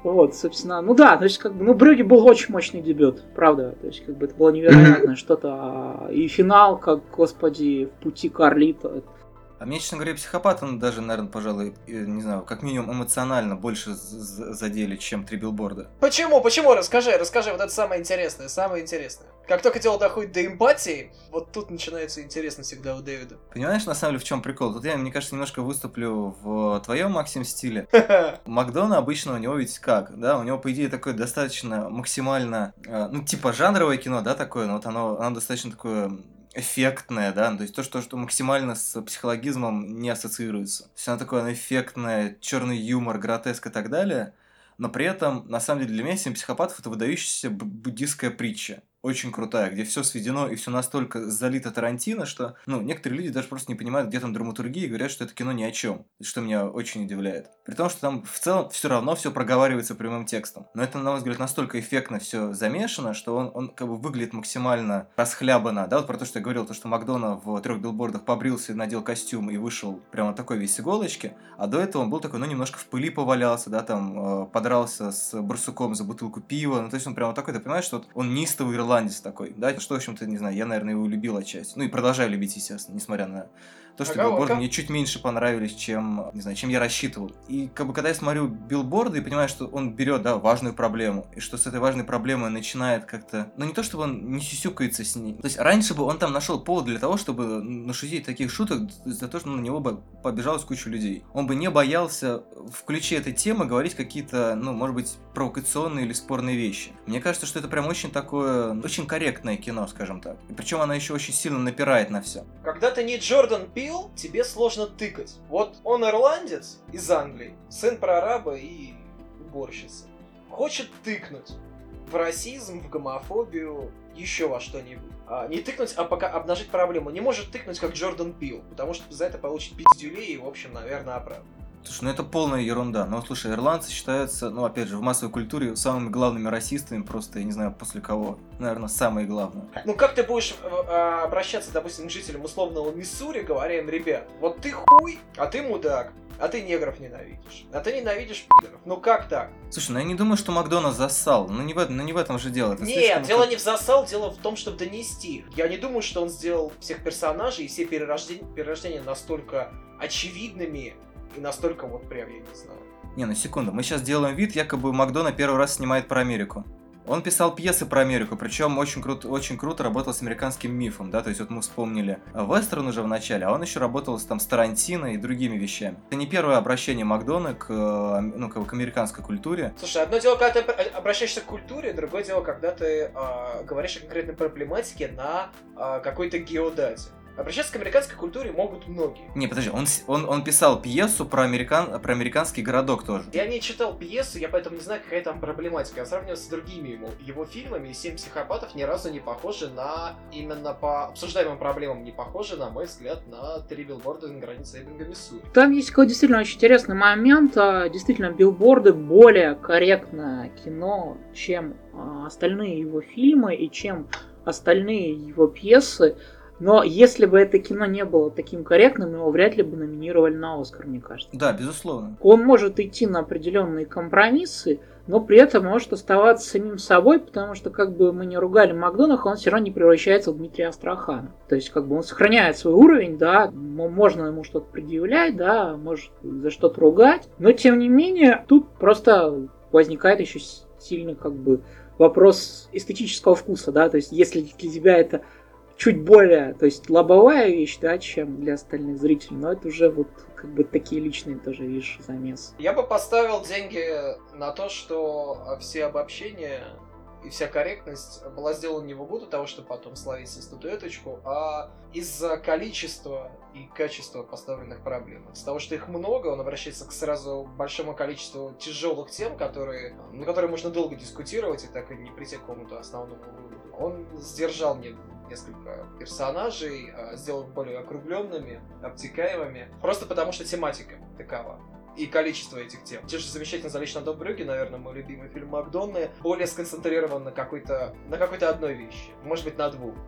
[SPEAKER 4] Вот, собственно, ну да, то есть, как бы, ну, Брюгге был очень мощный дебют, правда, то есть, как бы, это было невероятное что-то, и финал, как, господи, в пути Карлито.
[SPEAKER 2] А мне, честно говоря, «Психопат», он даже, наверное, пожалуй, не знаю, как минимум эмоционально больше задели, чем «Три билборда».
[SPEAKER 1] Почему? Почему? Расскажи, расскажи, вот это самое интересное, самое интересное. Как только дело доходит до эмпатии, вот тут начинается интересно всегда у Дэвида.
[SPEAKER 2] Понимаешь, на самом деле, в чем прикол? Тут я, мне кажется, немножко выступлю в твоем, Максим, стиле. Макдона обычно у него ведь как, да, у него, по идее, такое достаточно максимально, ну, типа жанровое кино, да, такое, но вот оно, оно достаточно такое... эффектное, да, то есть то, что, что максимально с психологизмом не ассоциируется. То есть оно такое оно эффектное, черный юмор, гротеск и так далее, но при этом, на самом деле, для меня «Семь психопатов» — это выдающаяся буддистская притча. Очень крутая, где все сведено и все настолько залито Тарантино, что, ну, некоторые люди даже просто не понимают, где там драматургия, и говорят, что это кино ни о чем, что меня очень удивляет. При том, что там в целом все равно все проговаривается прямым текстом. Но это, на мой взгляд, настолько эффектно все замешано, что он, он как бы выглядит максимально расхлябанно. Да, вот про то, что я говорил, то, что Макдона в «Трех билбордах» побрился, надел костюм и вышел прямо такой весь с иголочки, а до этого он был такой, ну, немножко в пыли повалялся, да, там, э, подрался с барсуком за бутылку пива, ну, то есть он прямо такой, ты понимаешь, что вот он неистовый ирландец такой, да, что, в общем-то, не знаю, я, наверное, его любил отчасти. Ну и продолжаю любить, естественно, несмотря на то, что ага, билборды ага. мне чуть меньше понравились, чем, не знаю, чем я рассчитывал. И как бы когда я смотрю билборды и понимаю, что он берет, да, важную проблему, и что с этой важной проблемой начинает как-то, ну не то, чтобы он не сюсюкается с ней. То есть раньше бы он там нашел повод для того, чтобы нашутить таких шуток за то, что на него бы побежалась куча людей. Он бы не боялся в ключе этой темы говорить какие-то, ну, может быть, провокационные или спорные вещи. Мне кажется, что это прям очень такое, очень корректное кино, скажем так. И причем оно еще очень сильно напирает на все.
[SPEAKER 1] Когда ты не Джордан Пил, тебе сложно тыкать. Вот он ирландец из Англии, сын прораба и уборщицы. Хочет тыкнуть в расизм, в гомофобию, еще во что-нибудь. А, не тыкнуть, а пока обнажить проблему. Не может тыкнуть, как Джордан Пил, потому что за это получит пиздюлей и, в общем, наверное, оправдано.
[SPEAKER 2] Слушай, ну это полная ерунда. Но, слушай, ирландцы считаются, ну, опять же, в массовой культуре самыми главными расистами, просто, я не знаю, после кого. Наверное, самые главные.
[SPEAKER 1] Ну, как ты будешь э, обращаться, допустим, к жителям условного Миссури, говоря им, ребят, вот ты хуй, а ты мудак, а ты негров ненавидишь, а ты ненавидишь пидоров. Ну, как так?
[SPEAKER 2] Слушай, ну я не думаю, что Макдона зассал. Ну, не в, ну, не в этом же дело. Это
[SPEAKER 1] Нет,
[SPEAKER 2] слишком...
[SPEAKER 1] дело не в засал, дело в том, чтобы донести. Я не думаю, что он сделал всех персонажей и все перерождения, перерождения настолько очевидными, и настолько вот прям, я не знаю.
[SPEAKER 2] Не, ну секунду, мы сейчас делаем вид, якобы Макдона первый раз снимает про Америку. Он писал пьесы про Америку, причем очень круто, очень круто работал с американским мифом, да, то есть вот мы вспомнили вестерн уже в начале, а он еще работал там с Тарантино и другими вещами. Это не первое обращение Макдона к, ну, к, к американской культуре.
[SPEAKER 1] Слушай, одно дело, когда ты обращаешься к культуре, другое дело, когда ты э, говоришь о конкретной проблематике на э, какой-то геодате. Обращаться к американской культуре могут многие.
[SPEAKER 2] Не, подожди, он, он, он писал пьесу про, американ, про американский городок тоже.
[SPEAKER 1] Я не читал пьесу, я поэтому не знаю, какая там проблематика. Я сравниваю с другими его, его фильмами, и «Семь психопатов» ни разу не похожи на, именно по обсуждаемым проблемам, не похожи, на мой взгляд, на «Три билборда на границе Эббинга, Миссури».
[SPEAKER 4] Там есть какой-то действительно очень интересный момент. Действительно, билборды более корректное кино, чем остальные его фильмы и чем остальные его пьесы. Но если бы это кино не было таким корректным, его вряд ли бы номинировали на Оскар, мне кажется.
[SPEAKER 2] Да, безусловно.
[SPEAKER 4] Он может идти на определенные компромиссы, но при этом может оставаться самим собой, потому что, как бы мы не ругали Макдональда, он все равно не превращается в Дмитрия Астрахана. То есть, как бы он сохраняет свой уровень, да, можно ему что-то предъявлять, да, может за что-то ругать, но тем не менее, тут просто возникает еще сильный, как бы, вопрос эстетического вкуса, да, то есть, если для тебя это чуть более, то есть лобовая вещь, да, чем для остальных зрителей, но это уже вот как бы такие личные тоже, видишь, замесы.
[SPEAKER 1] Я бы поставил деньги на то, что все обобщения и вся корректность была сделана не в угоду того, чтобы потом словить себе статуэточку, а из-за количества и качества поставленных проблем. Из-за того, что их много, он обращается к сразу большому количеству тяжелых тем, которые, на которые можно долго дискутировать и так и не прийти к какому-то основному выводу. Он сдержал мне несколько персонажей, сделал их более округленными, обтекаемыми, просто потому что тематика такова. И количество этих тем. Те же замечательно «Залечь на дом Брюгге», наверное, мой любимый фильм Макдонны, более сконцентрирован на какой-то, на какой-то одной вещи, может быть, на двух.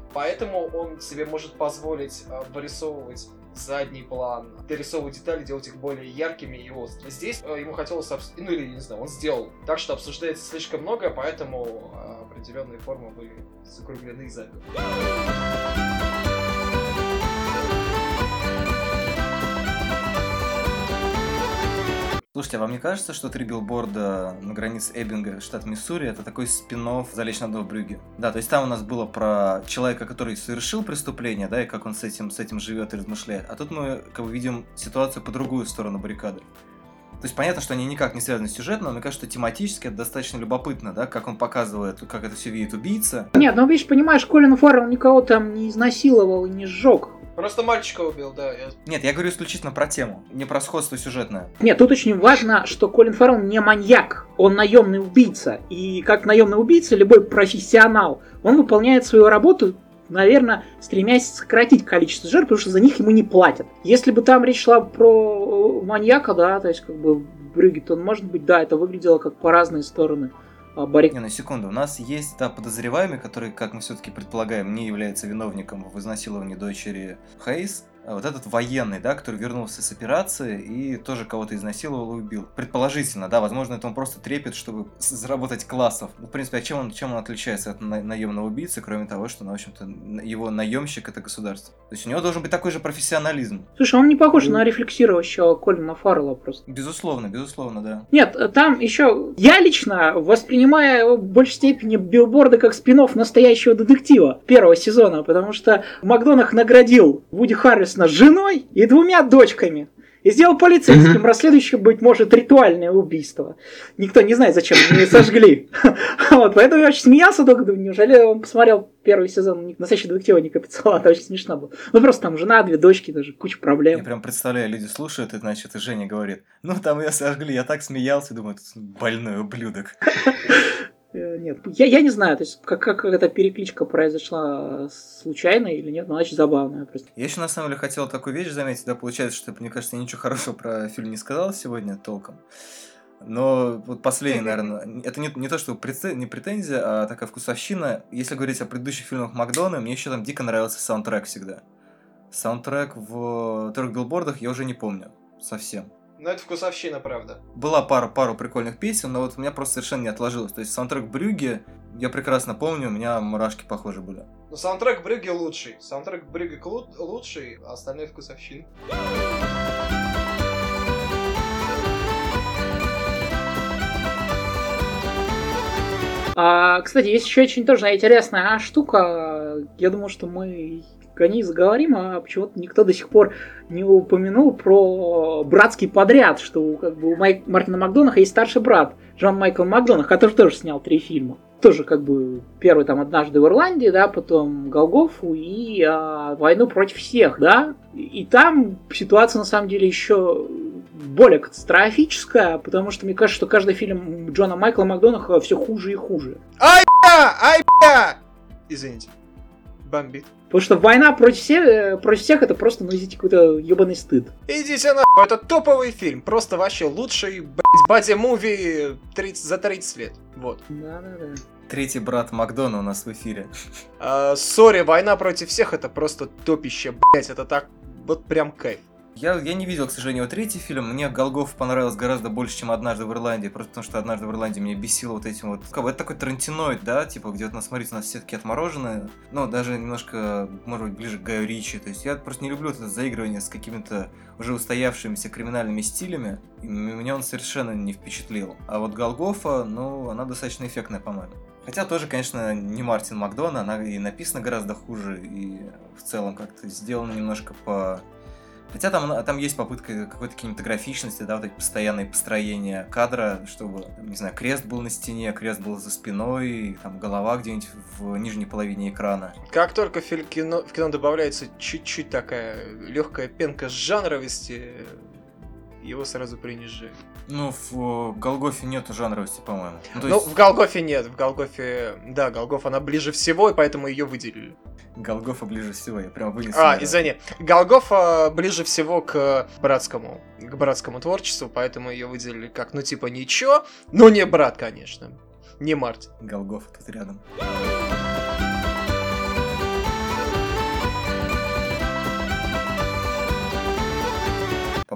[SPEAKER 1] Поэтому он себе может позволить э, вырисовывать задний план, дорисовывать детали, делать их более яркими и острыми. Здесь э, ему хотелось, обс... ну или, не знаю, он сделал так, что обсуждается слишком много, поэтому э, определенные формы были закруглены и загнуты.
[SPEAKER 2] Слушайте, а вам не кажется, что «Три билборда на границе Эббинга, штат Миссури» — это такой спин-офф «Залечь на дно в Брюгге»? Да, то есть там у нас было про человека, который совершил преступление, да, и как он с этим, с этим живет и размышляет. А тут мы, как бы, видим ситуацию по другую сторону баррикады. То есть понятно, что они никак не связаны сюжетно, но мне кажется, что тематически это достаточно любопытно, да, как он показывает, как это все видит убийца.
[SPEAKER 4] Нет, ну видишь, понимаешь, Колин Фаррелл никого там не изнасиловал и не сжег.
[SPEAKER 1] Просто мальчика убил, да. Я...
[SPEAKER 2] Нет, я говорю исключительно про тему, не про сходство сюжетное.
[SPEAKER 4] Нет, тут очень важно, что Колин Фаррелл не маньяк, он наемный убийца. И как наемный убийца, любой профессионал, он выполняет свою работу, наверное, стремясь сократить количество жертв, потому что за них ему не платят. Если бы там речь шла про маньяка, да, то есть как бы Брюгге, то, может быть, да, это выглядело как по разные стороны. Барик...
[SPEAKER 2] Не, на секунду. У нас есть, да, подозреваемый, который, как мы все-таки предполагаем, не является виновником в изнасиловании дочери Хейс. А вот этот военный, да, который вернулся с операции и тоже кого-то изнасиловал и убил. Предположительно, да, возможно, это он просто трепет, чтобы заработать классов. Ну, в принципе, а чем он, чем он отличается от на- наемного убийцы, кроме того, что, ну, в общем-то, его наемщик — это государство. То есть у него должен быть такой же профессионализм.
[SPEAKER 4] Слушай, он не похож на рефлексирующего Колина Фаррелла просто.
[SPEAKER 2] Безусловно, безусловно, да.
[SPEAKER 4] Нет, там еще... Я лично воспринимаю в большей степени билборды как спин-офф настоящего детектива первого сезона, потому что Макдонах наградил Вуди Харрельсона женой и двумя дочками. И сделал полицейским, расследующим, быть может, ритуальное убийство. Никто не знает, зачем они сожгли. Вот, поэтому я очень смеялся, только думаю, неужели он посмотрел первый сезон «Настоящего детектива» не Капицала, это очень смешно было. Ну просто там жена, две дочки, даже куча проблем.
[SPEAKER 2] Я прям представляю, люди слушают, и, значит, и Женя говорит, ну там ее сожгли, я так смеялся, думаю, больной ублюдок.
[SPEAKER 4] Нет, я, я не знаю, то есть как, как эта перекличка произошла случайно или нет, но очень забавная просто.
[SPEAKER 2] Я еще на самом деле хотел такую вещь заметить, да, получается, что, мне кажется, я ничего хорошего про фильм не сказал сегодня толком. Но вот последний, наверное, это не, не то, что не претензия, а такая вкусовщина. Если говорить о предыдущих фильмах Макдона, мне еще там дико нравился саундтрек всегда. Саундтрек в «Трех билбордах» я уже не помню совсем.
[SPEAKER 1] Ну, это вкусовщина, правда.
[SPEAKER 2] Была пара, пару прикольных песен, но вот у меня просто совершенно не отложилось. То есть саундтрек Брюгге, я прекрасно помню, у меня мурашки похожи были.
[SPEAKER 1] Но саундтрек Брюгге лучший. Саундтрек Брюгге лучший, а остальные вкусовщина.
[SPEAKER 4] А, кстати, есть еще очень тоже интересная штука. Я думаю, что мы о ней заговорим, а почему-то никто до сих пор не упомянул про братский подряд, что как бы у Майк... Мартина Макдонаха есть старший брат, Джон Майкл Макдонах, который тоже снял три фильма. Тоже как бы первый там «Однажды в Ирландии», да, потом «Голгофу» и а, «Войну против всех», да. И, и там ситуация на самом деле еще более катастрофическая, потому что мне кажется, что каждый фильм Джона Майкла Макдонаха все хуже и хуже.
[SPEAKER 1] Ай, бля! Ай, бля! Извините. Бомбит.
[SPEAKER 4] Потому что «Война против всех», против всех это просто, ну, извините, какой-то ебаный стыд.
[SPEAKER 1] Идите нахуй, это топовый фильм. Просто вообще лучший, блядь, боди-муви за тридцать лет. Вот.
[SPEAKER 4] Да-да-да.
[SPEAKER 2] Третий брат Макдона у нас в эфире.
[SPEAKER 1] Сори, «Война против всех» это просто топище, блять, это так, вот прям кайф.
[SPEAKER 2] Я, я не видел, к сожалению, его третий фильм. Мне Голгофа понравилось гораздо больше, чем «Однажды в Ирландии», просто потому что «Однажды в Ирландии» меня бесило вот этим вот... Это такой тарантиноид, да, типа, где вот, ну, смотрите, у нас все такие отмороженные, ну, даже немножко, может быть, ближе к Гаю Ричи. То есть я просто не люблю это заигрывание с какими-то уже устоявшимися криминальными стилями, и меня он совершенно не впечатлил. А вот Голгофа, ну, она достаточно эффектная, по-моему. Хотя тоже, конечно, не Мартин Макдона, она и написана гораздо хуже, и в целом как-то сделана немножко по... Хотя там, там есть попытка какой-то кинематографичности, да, вот эти постоянные построения кадра, чтобы, не знаю, крест был на стене, крест был за спиной, и, там голова где-нибудь в нижней половине экрана.
[SPEAKER 1] Как только в кино, в кино добавляется чуть-чуть такая легкая пенка с жанровости, его сразу принижают.
[SPEAKER 2] Ну, в Голгофе нету жанровости, по-моему.
[SPEAKER 1] Ну, ну есть... в Голгофе нет, в Голгофе, да, Голгофа, она ближе всего, и поэтому ее выделили.
[SPEAKER 2] Голгофа ближе всего, я прям вынес.
[SPEAKER 1] А, извини. Голгофа ближе всего к братскому, к братскому творчеству, поэтому ее выделили как, ну, типа, ничего, но не брат, конечно, не Мартин.
[SPEAKER 2] Голгофа тут рядом.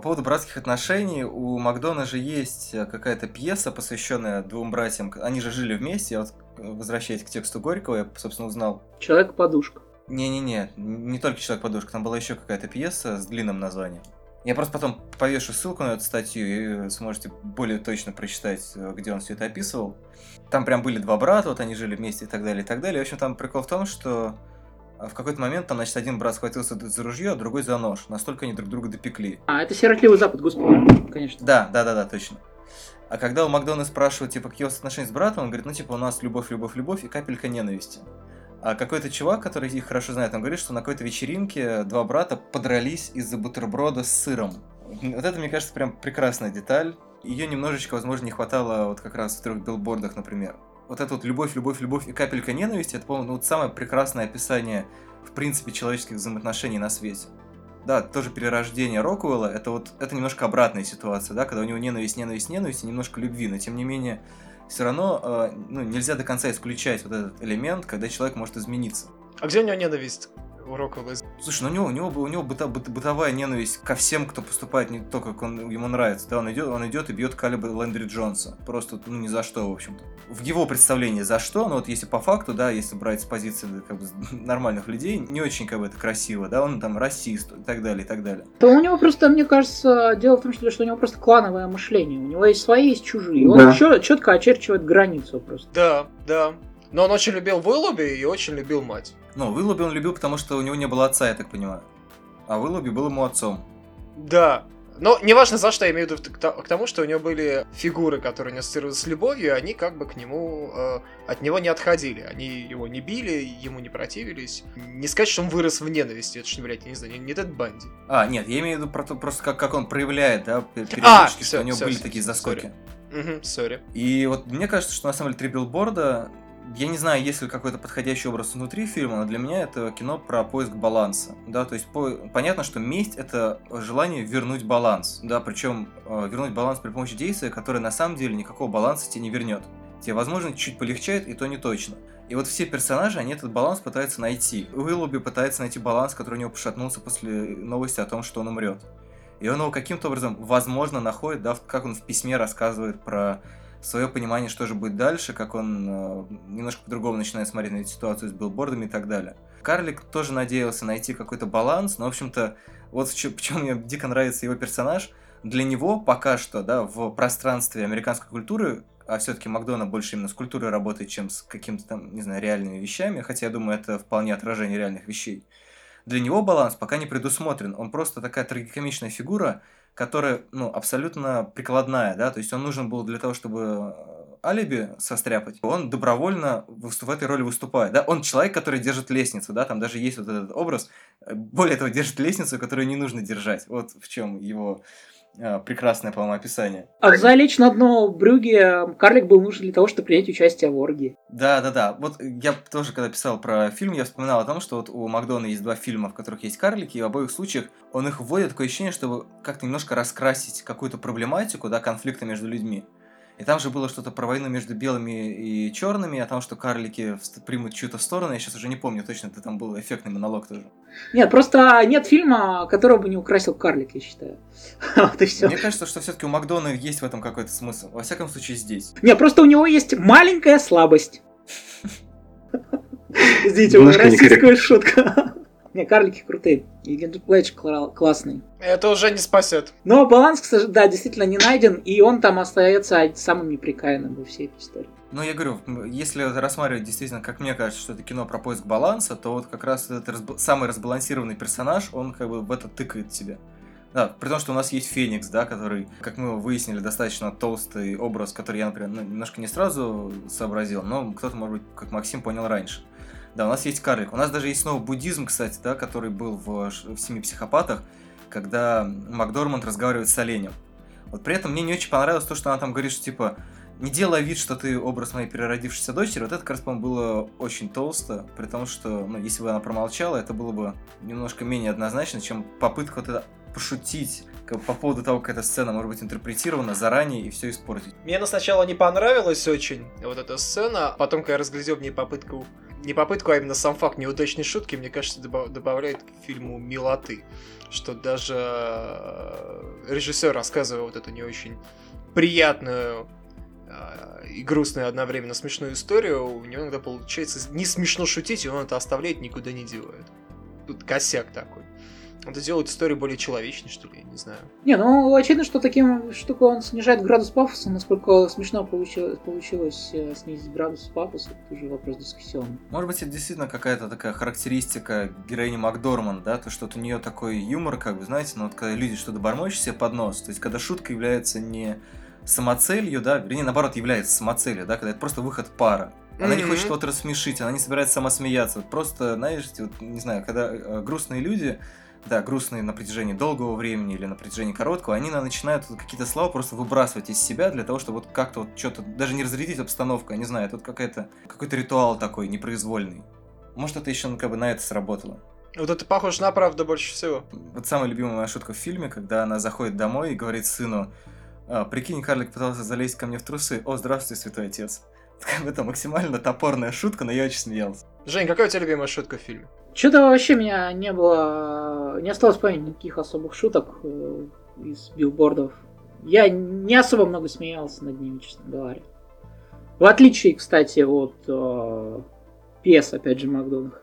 [SPEAKER 2] поводу братских отношений, у Макдона же есть какая-то пьеса, посвященная двум братьям. Они же жили вместе. Я вот, возвращаясь к тексту Горького, я, собственно, узнал...
[SPEAKER 4] Человек-подушка.
[SPEAKER 2] Не-не-не, не только Человек-подушка, там была еще какая-то пьеса с длинным названием. Я просто потом повешу ссылку на эту статью, и вы сможете более точно прочитать, где он все это описывал. Там прям были два брата, вот они жили вместе и так далее, и так далее. В общем, там прикол в том, что в какой-то момент там, значит, один брат схватился за ружье, а другой за нож. Настолько они друг друга допекли.
[SPEAKER 4] А, это «Сиротливый Запад», господи, конечно.
[SPEAKER 2] Да, да, да, да, точно. А когда у Макдона спрашивают, типа, какие у вас отношения с братом, он говорит, ну, типа, у нас любовь, любовь, любовь и капелька ненависти. А какой-то чувак, который их хорошо знает, он говорит, что на какой-то вечеринке два брата подрались из-за бутерброда с сыром. Вот это, мне кажется, прям прекрасная деталь. Ее немножечко, возможно, не хватало вот как раз в трех билбордах, например. Вот эта вот любовь, любовь, любовь и капелька ненависти, это, по-моему, ну, вот самое прекрасное описание, в принципе, человеческих взаимоотношений на свете. Да, тоже перерождение Рокуэлла, это вот, это немножко обратная ситуация, да, когда у него ненависть, ненависть, ненависть и немножко любви, но тем не менее, все равно, э, ну, нельзя до конца исключать вот этот элемент, когда человек может измениться.
[SPEAKER 1] А где у него ненависть? У Роквелла?
[SPEAKER 2] Слушай, ну у него, у него, у него быта, быт, бытовая ненависть ко всем, кто поступает не то, как он, ему нравится. Да, он идет, он идет и бьет Калиба Лэндри Джонса. Просто, ну, ни за что, в общем-то. В его представлении за что, но вот если по факту, да, если брать с позиции как бы, нормальных людей, не очень как бы это красиво, да, он там расист и так далее, и так далее.
[SPEAKER 4] То у него просто, мне кажется, дело в том, что, что у него просто клановое мышление. У него есть свои, есть чужие. Он
[SPEAKER 5] Да.
[SPEAKER 4] чё- четко очерчивает границу просто.
[SPEAKER 1] Да, да. Но он очень любил Уиллоби и очень любил мать.
[SPEAKER 2] Ну, Уиллоби он любил, потому что у него не было отца, я так понимаю. А Уиллоби был ему отцом.
[SPEAKER 1] Да. Но неважно за что, я имею в виду к то- к тому, что у него были фигуры, которые не ассоциируются с любовью, и они как бы к нему, э, от него не отходили. Они его не били, ему не противились. Не сказать, что он вырос в ненависти, это ж, блядь, я не знаю, не, не Тед Банди.
[SPEAKER 2] А, нет, я имею в виду про то, просто как, как он проявляет, да, пер- периодически,
[SPEAKER 1] А,
[SPEAKER 2] что
[SPEAKER 1] всё,
[SPEAKER 2] у него
[SPEAKER 1] всё,
[SPEAKER 2] были
[SPEAKER 1] всё,
[SPEAKER 2] такие
[SPEAKER 1] всё,
[SPEAKER 2] заскоки.
[SPEAKER 1] Угу, сори.
[SPEAKER 2] И вот мне кажется, что на самом деле «Три билборда», я не знаю, есть ли какой-то подходящий образ внутри фильма, но для меня это кино про поиск баланса. Да, то есть по... понятно, что месть — это желание вернуть баланс. Да, причем э, вернуть баланс при помощи действия, которое на самом деле никакого баланса тебе не вернет. Тебе, возможно, чуть-чуть полегчает, и то не точно. И вот все персонажи, они этот баланс пытаются найти. Уиллоби пытается найти баланс, который у него пошатнулся после новости о том, что он умрет. И он его каким-то образом, возможно, находит, да, как он в письме рассказывает про свое понимание, что же будет дальше, как он э, немножко по-другому начинает смотреть на эту ситуацию с билбордами и так далее. Карлик тоже надеялся найти какой-то баланс, но, в общем-то, вот в чем, в чем мне дико нравится его персонаж. Для него пока что, да, в пространстве американской культуры, а все-таки Макдона больше именно с культурой работает, чем с какими-то там, не знаю, реальными вещами, хотя я думаю, это вполне отражение реальных вещей. Для него баланс пока не предусмотрен, он просто такая трагикомичная фигура, которая, ну, абсолютно прикладная, да, то есть он нужен был для того, чтобы алиби состряпать, он добровольно в этой роли выступает, да, он человек, который держит лестницу, да, там даже есть вот этот образ, более того, держит лестницу, которую не нужно держать, вот в чем его а, прекрасное, по-моему, описание.
[SPEAKER 4] А залечь на дно Брюгге карлик был нужен для того, чтобы принять участие в оргии.
[SPEAKER 2] Да-да-да, вот я тоже, когда писал про фильм, я вспоминал о том, что вот у Макдона есть два фильма, в которых есть карлики, и в обоих случаях он их вводит, такое ощущение, чтобы как-то немножко раскрасить какую-то проблематику, да, конфликта между людьми. И там же было что-то про войну между белыми и черными, о том, что карлики примут чью-то сторону, я сейчас уже не помню точно, это там был эффектный монолог тоже.
[SPEAKER 4] Нет, просто нет фильма, которого бы не украсил карлик, я считаю. Вот и все.
[SPEAKER 2] Мне кажется, что все-таки у Макдона есть в этом какой-то смысл, во всяком случае здесь.
[SPEAKER 4] Нет, просто у него есть маленькая слабость. Извините,
[SPEAKER 5] Немножко
[SPEAKER 4] российская шутка. Не, карлики крутые. И геймплей классный.
[SPEAKER 1] Это уже не спасет.
[SPEAKER 4] Но баланс, кстати, да, действительно не найден, и он там остается самым неприкаянным во всей этой истории.
[SPEAKER 2] Ну, я говорю, если рассматривать действительно, как мне кажется, что это кино про поиск баланса, то вот как раз этот разб... самый разбалансированный персонаж, он как бы в это тыкает себе. Да, при том, что у нас есть Феникс, да, который, как мы выяснили, достаточно толстый образ, который я, например, ну, немножко не сразу сообразил, но кто-то, может быть, как Максим, понял раньше. Да, у нас есть карлик. У нас даже есть снова буддизм, кстати, да, который был в, в «Семи психопатах», когда Макдорманд разговаривает с оленем. Вот при этом мне не очень понравилось то, что она там говорит, что типа не делай вид, что ты образ моей переродившейся дочери. Вот это, как раз, по-моему, было очень толсто, при том, что, ну, если бы она промолчала, это было бы немножко менее однозначно, чем попытка вот это пошутить как, по поводу того, как эта сцена может быть интерпретирована заранее и все испортить.
[SPEAKER 1] Мне она сначала не понравилась очень, вот эта сцена, потом, когда я разглядел в ней попытку не попытку, а именно сам факт неудачной шутки, мне кажется, добав- добавляет к фильму милоты. Что даже режиссер, рассказывая вот эту не очень приятную и грустную одновременно смешную историю, у него иногда получается не смешно шутить, и он это оставляет, никуда не делает. Тут косяк такой. Это делает историю более человечной, что ли, я не знаю.
[SPEAKER 4] Не, ну очевидно, что таким штукой он снижает градус пафоса, насколько смешно получилось, получилось снизить градус пафоса, это уже вопрос дискуссионный.
[SPEAKER 2] Может быть, это действительно какая-то такая характеристика героини Макдорманд, да, то, что вот у нее такой юмор, как бы, знаете, ну вот когда люди что-то бормочут себе под нос, то есть когда шутка является не самоцелью, да, вернее, наоборот, является самоцелью, да, когда это просто выход пара. Она mm-hmm. не хочет кого-то рассмешить, она не собирается сама смеяться. Вот просто, знаешь, вот, не знаю, когда э, грустные люди, да, грустные на протяжении долгого времени или на протяжении короткого, они начинают вот, какие-то слова просто выбрасывать из себя для того, чтобы вот как-то вот что-то, даже не разрядить обстановку, я не знаю, это вот какая-то, какой-то ритуал такой непроизвольный. Может, это еще ну, как бы на это сработало.
[SPEAKER 1] Вот это похоже на правду больше всего.
[SPEAKER 2] Вот самая любимая моя шутка в фильме, когда она заходит домой и говорит сыну: а, прикинь, карлик пытался залезть ко мне в трусы. О, здравствуй, святой отец. Это максимально топорная шутка, но я очень смеялся.
[SPEAKER 1] Жень, какая у тебя любимая шутка в фильме?
[SPEAKER 4] Что-то вообще у меня не было... Не осталось в памяти никаких особых шуток э, из билбордов. Я не особо много смеялся над ними, честно говоря. В отличие, кстати, от э, пьес, опять же, Макдонах.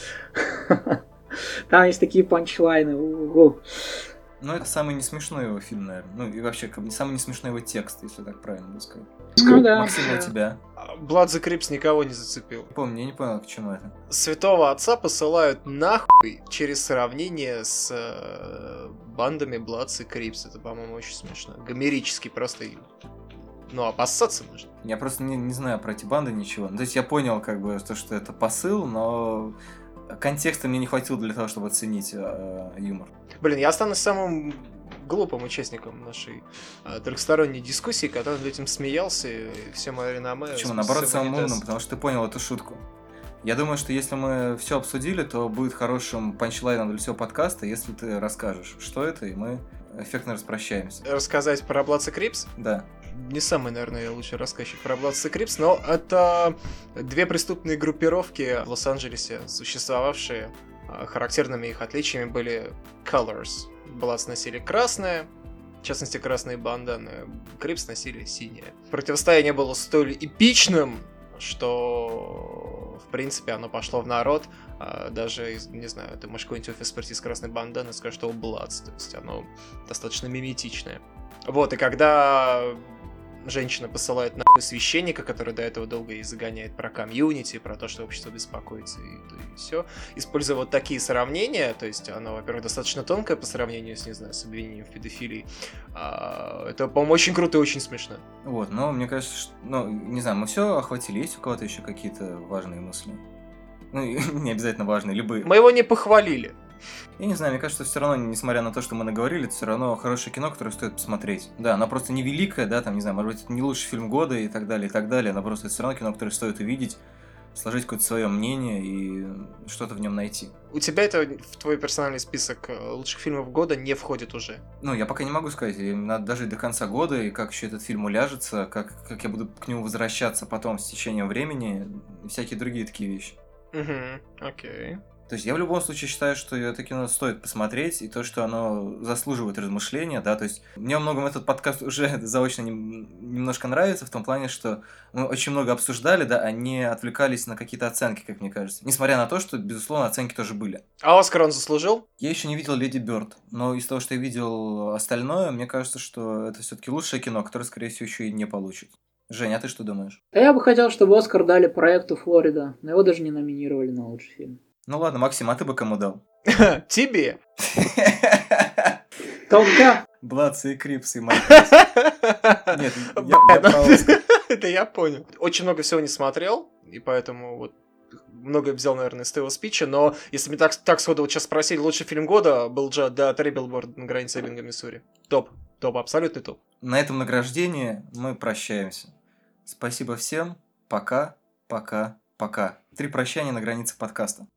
[SPEAKER 4] Там есть такие панчлайны. У-у-у.
[SPEAKER 2] Ну, это самый не смешной его фильм, наверное. Ну, и вообще, как бы, самый не смешной его текст, если так правильно бы сказать.
[SPEAKER 4] Ну да.
[SPEAKER 2] Максим, у тебя?
[SPEAKER 1] Blood the Crips никого не зацепил.
[SPEAKER 2] Помню, я не понял, к чему это.
[SPEAKER 1] Святого Отца посылают нахуй через сравнение с э, бандами Blood the Crips. Это, по-моему, очень смешно. Гомерически просто... Ну, обоссаться можно.
[SPEAKER 2] Я просто не, не знаю про эти банды ничего. Ну, то есть я понял, как бы, то, что это посыл, но... контекста мне не хватило для того, чтобы оценить э, юмор.
[SPEAKER 1] Блин, я останусь самым глупым участником нашей э, трехсторонней дискуссии, который над этим смеялся, и все мои реноме...
[SPEAKER 2] Почему? Наоборот, самым умным, потому что ты понял эту шутку. Я думаю, что если мы все обсудили, то будет хорошим панчлайном для всего подкаста, если ты расскажешь, что это, и мы эффектно распрощаемся.
[SPEAKER 1] Рассказать про Blood the Crips?
[SPEAKER 2] Да.
[SPEAKER 1] Не самый, наверное, лучший рассказчик про Blood the Crips, но это две преступные группировки в Лос-Анджелесе, существовавшие. Характерными их отличиями были colors. Bloods носили красное, в частности, красные банданы, Crips носили синее. Противостояние было столь эпичным, что, в принципе, оно пошло в народ. Даже, не знаю, ты можешь какой-нибудь офис прийти с красной банданой и сказать, что Bloods, то есть оно достаточно миметичное. Вот, и когда женщина посылает нахуй священника, который до этого долго и загоняет про комьюнити, про то, что общество беспокоится, и, и все. Используя вот такие сравнения, то есть оно, во-первых, достаточно тонкое по сравнению с, не знаю, с обвинением в педофилии. А, это, по-моему, очень круто и очень смешно.
[SPEAKER 2] Вот, но мне кажется, что, ну, не знаю, мы все охватили. Есть у кого-то еще какие-то важные мысли? Ну, не обязательно важные, любые.
[SPEAKER 1] Мы его не похвалили.
[SPEAKER 2] Я не знаю, мне кажется, все равно, несмотря на то, что мы наговорили, это все равно хорошее кино, которое стоит посмотреть. Да, оно просто не великое, да, там, не знаю, может быть, это не лучший фильм года и так далее, и так далее, но просто это все равно кино, которое стоит увидеть, сложить какое-то свое мнение и что-то в нем найти.
[SPEAKER 1] У тебя это в твой персональный список лучших фильмов года не входит уже?
[SPEAKER 2] Ну, я пока не могу сказать, надо дожить до конца года, и как еще этот фильм уляжется, как, как я буду к нему возвращаться потом с течением времени, и всякие другие такие вещи.
[SPEAKER 1] Угу, окей.
[SPEAKER 2] То есть я в любом случае считаю, что это кино стоит посмотреть, и то, что оно заслуживает размышления, да, то есть мне во многом этот подкаст уже заочно немножко нравится, в том плане, что мы очень много обсуждали, да, а не отвлекались на какие-то оценки, как мне кажется. Несмотря на то, что, безусловно, оценки тоже были.
[SPEAKER 1] А Оскар он заслужил?
[SPEAKER 2] Я еще не видел «Леди Бёрд», но из того, что я видел остальное, мне кажется, что это все-таки лучшее кино, которое, скорее всего, еще и не получит. Женя, а ты что думаешь?
[SPEAKER 4] А я бы хотел, чтобы Оскар дали проекту «Флорида», но его даже не номинировали на лучший фильм.
[SPEAKER 2] Ну ладно, Максим, а ты бы кому дал?
[SPEAKER 1] Тебе.
[SPEAKER 4] Толка.
[SPEAKER 2] Бладсы и Крипсы и Майкс. Нет, я про Оскар.
[SPEAKER 1] Это я понял. Очень много всего не смотрел, и поэтому вот многое взял, наверное, из твоего спича, но если мне так, так сходу вот сейчас спросили, лучший фильм года был же «Да, три билборда на границе Эббинга, Миссури». Топ. Топ, абсолютный топ.
[SPEAKER 2] На этом награждении мы прощаемся. Спасибо всем. Пока, пока, пока. Три прощания на границе подкаста.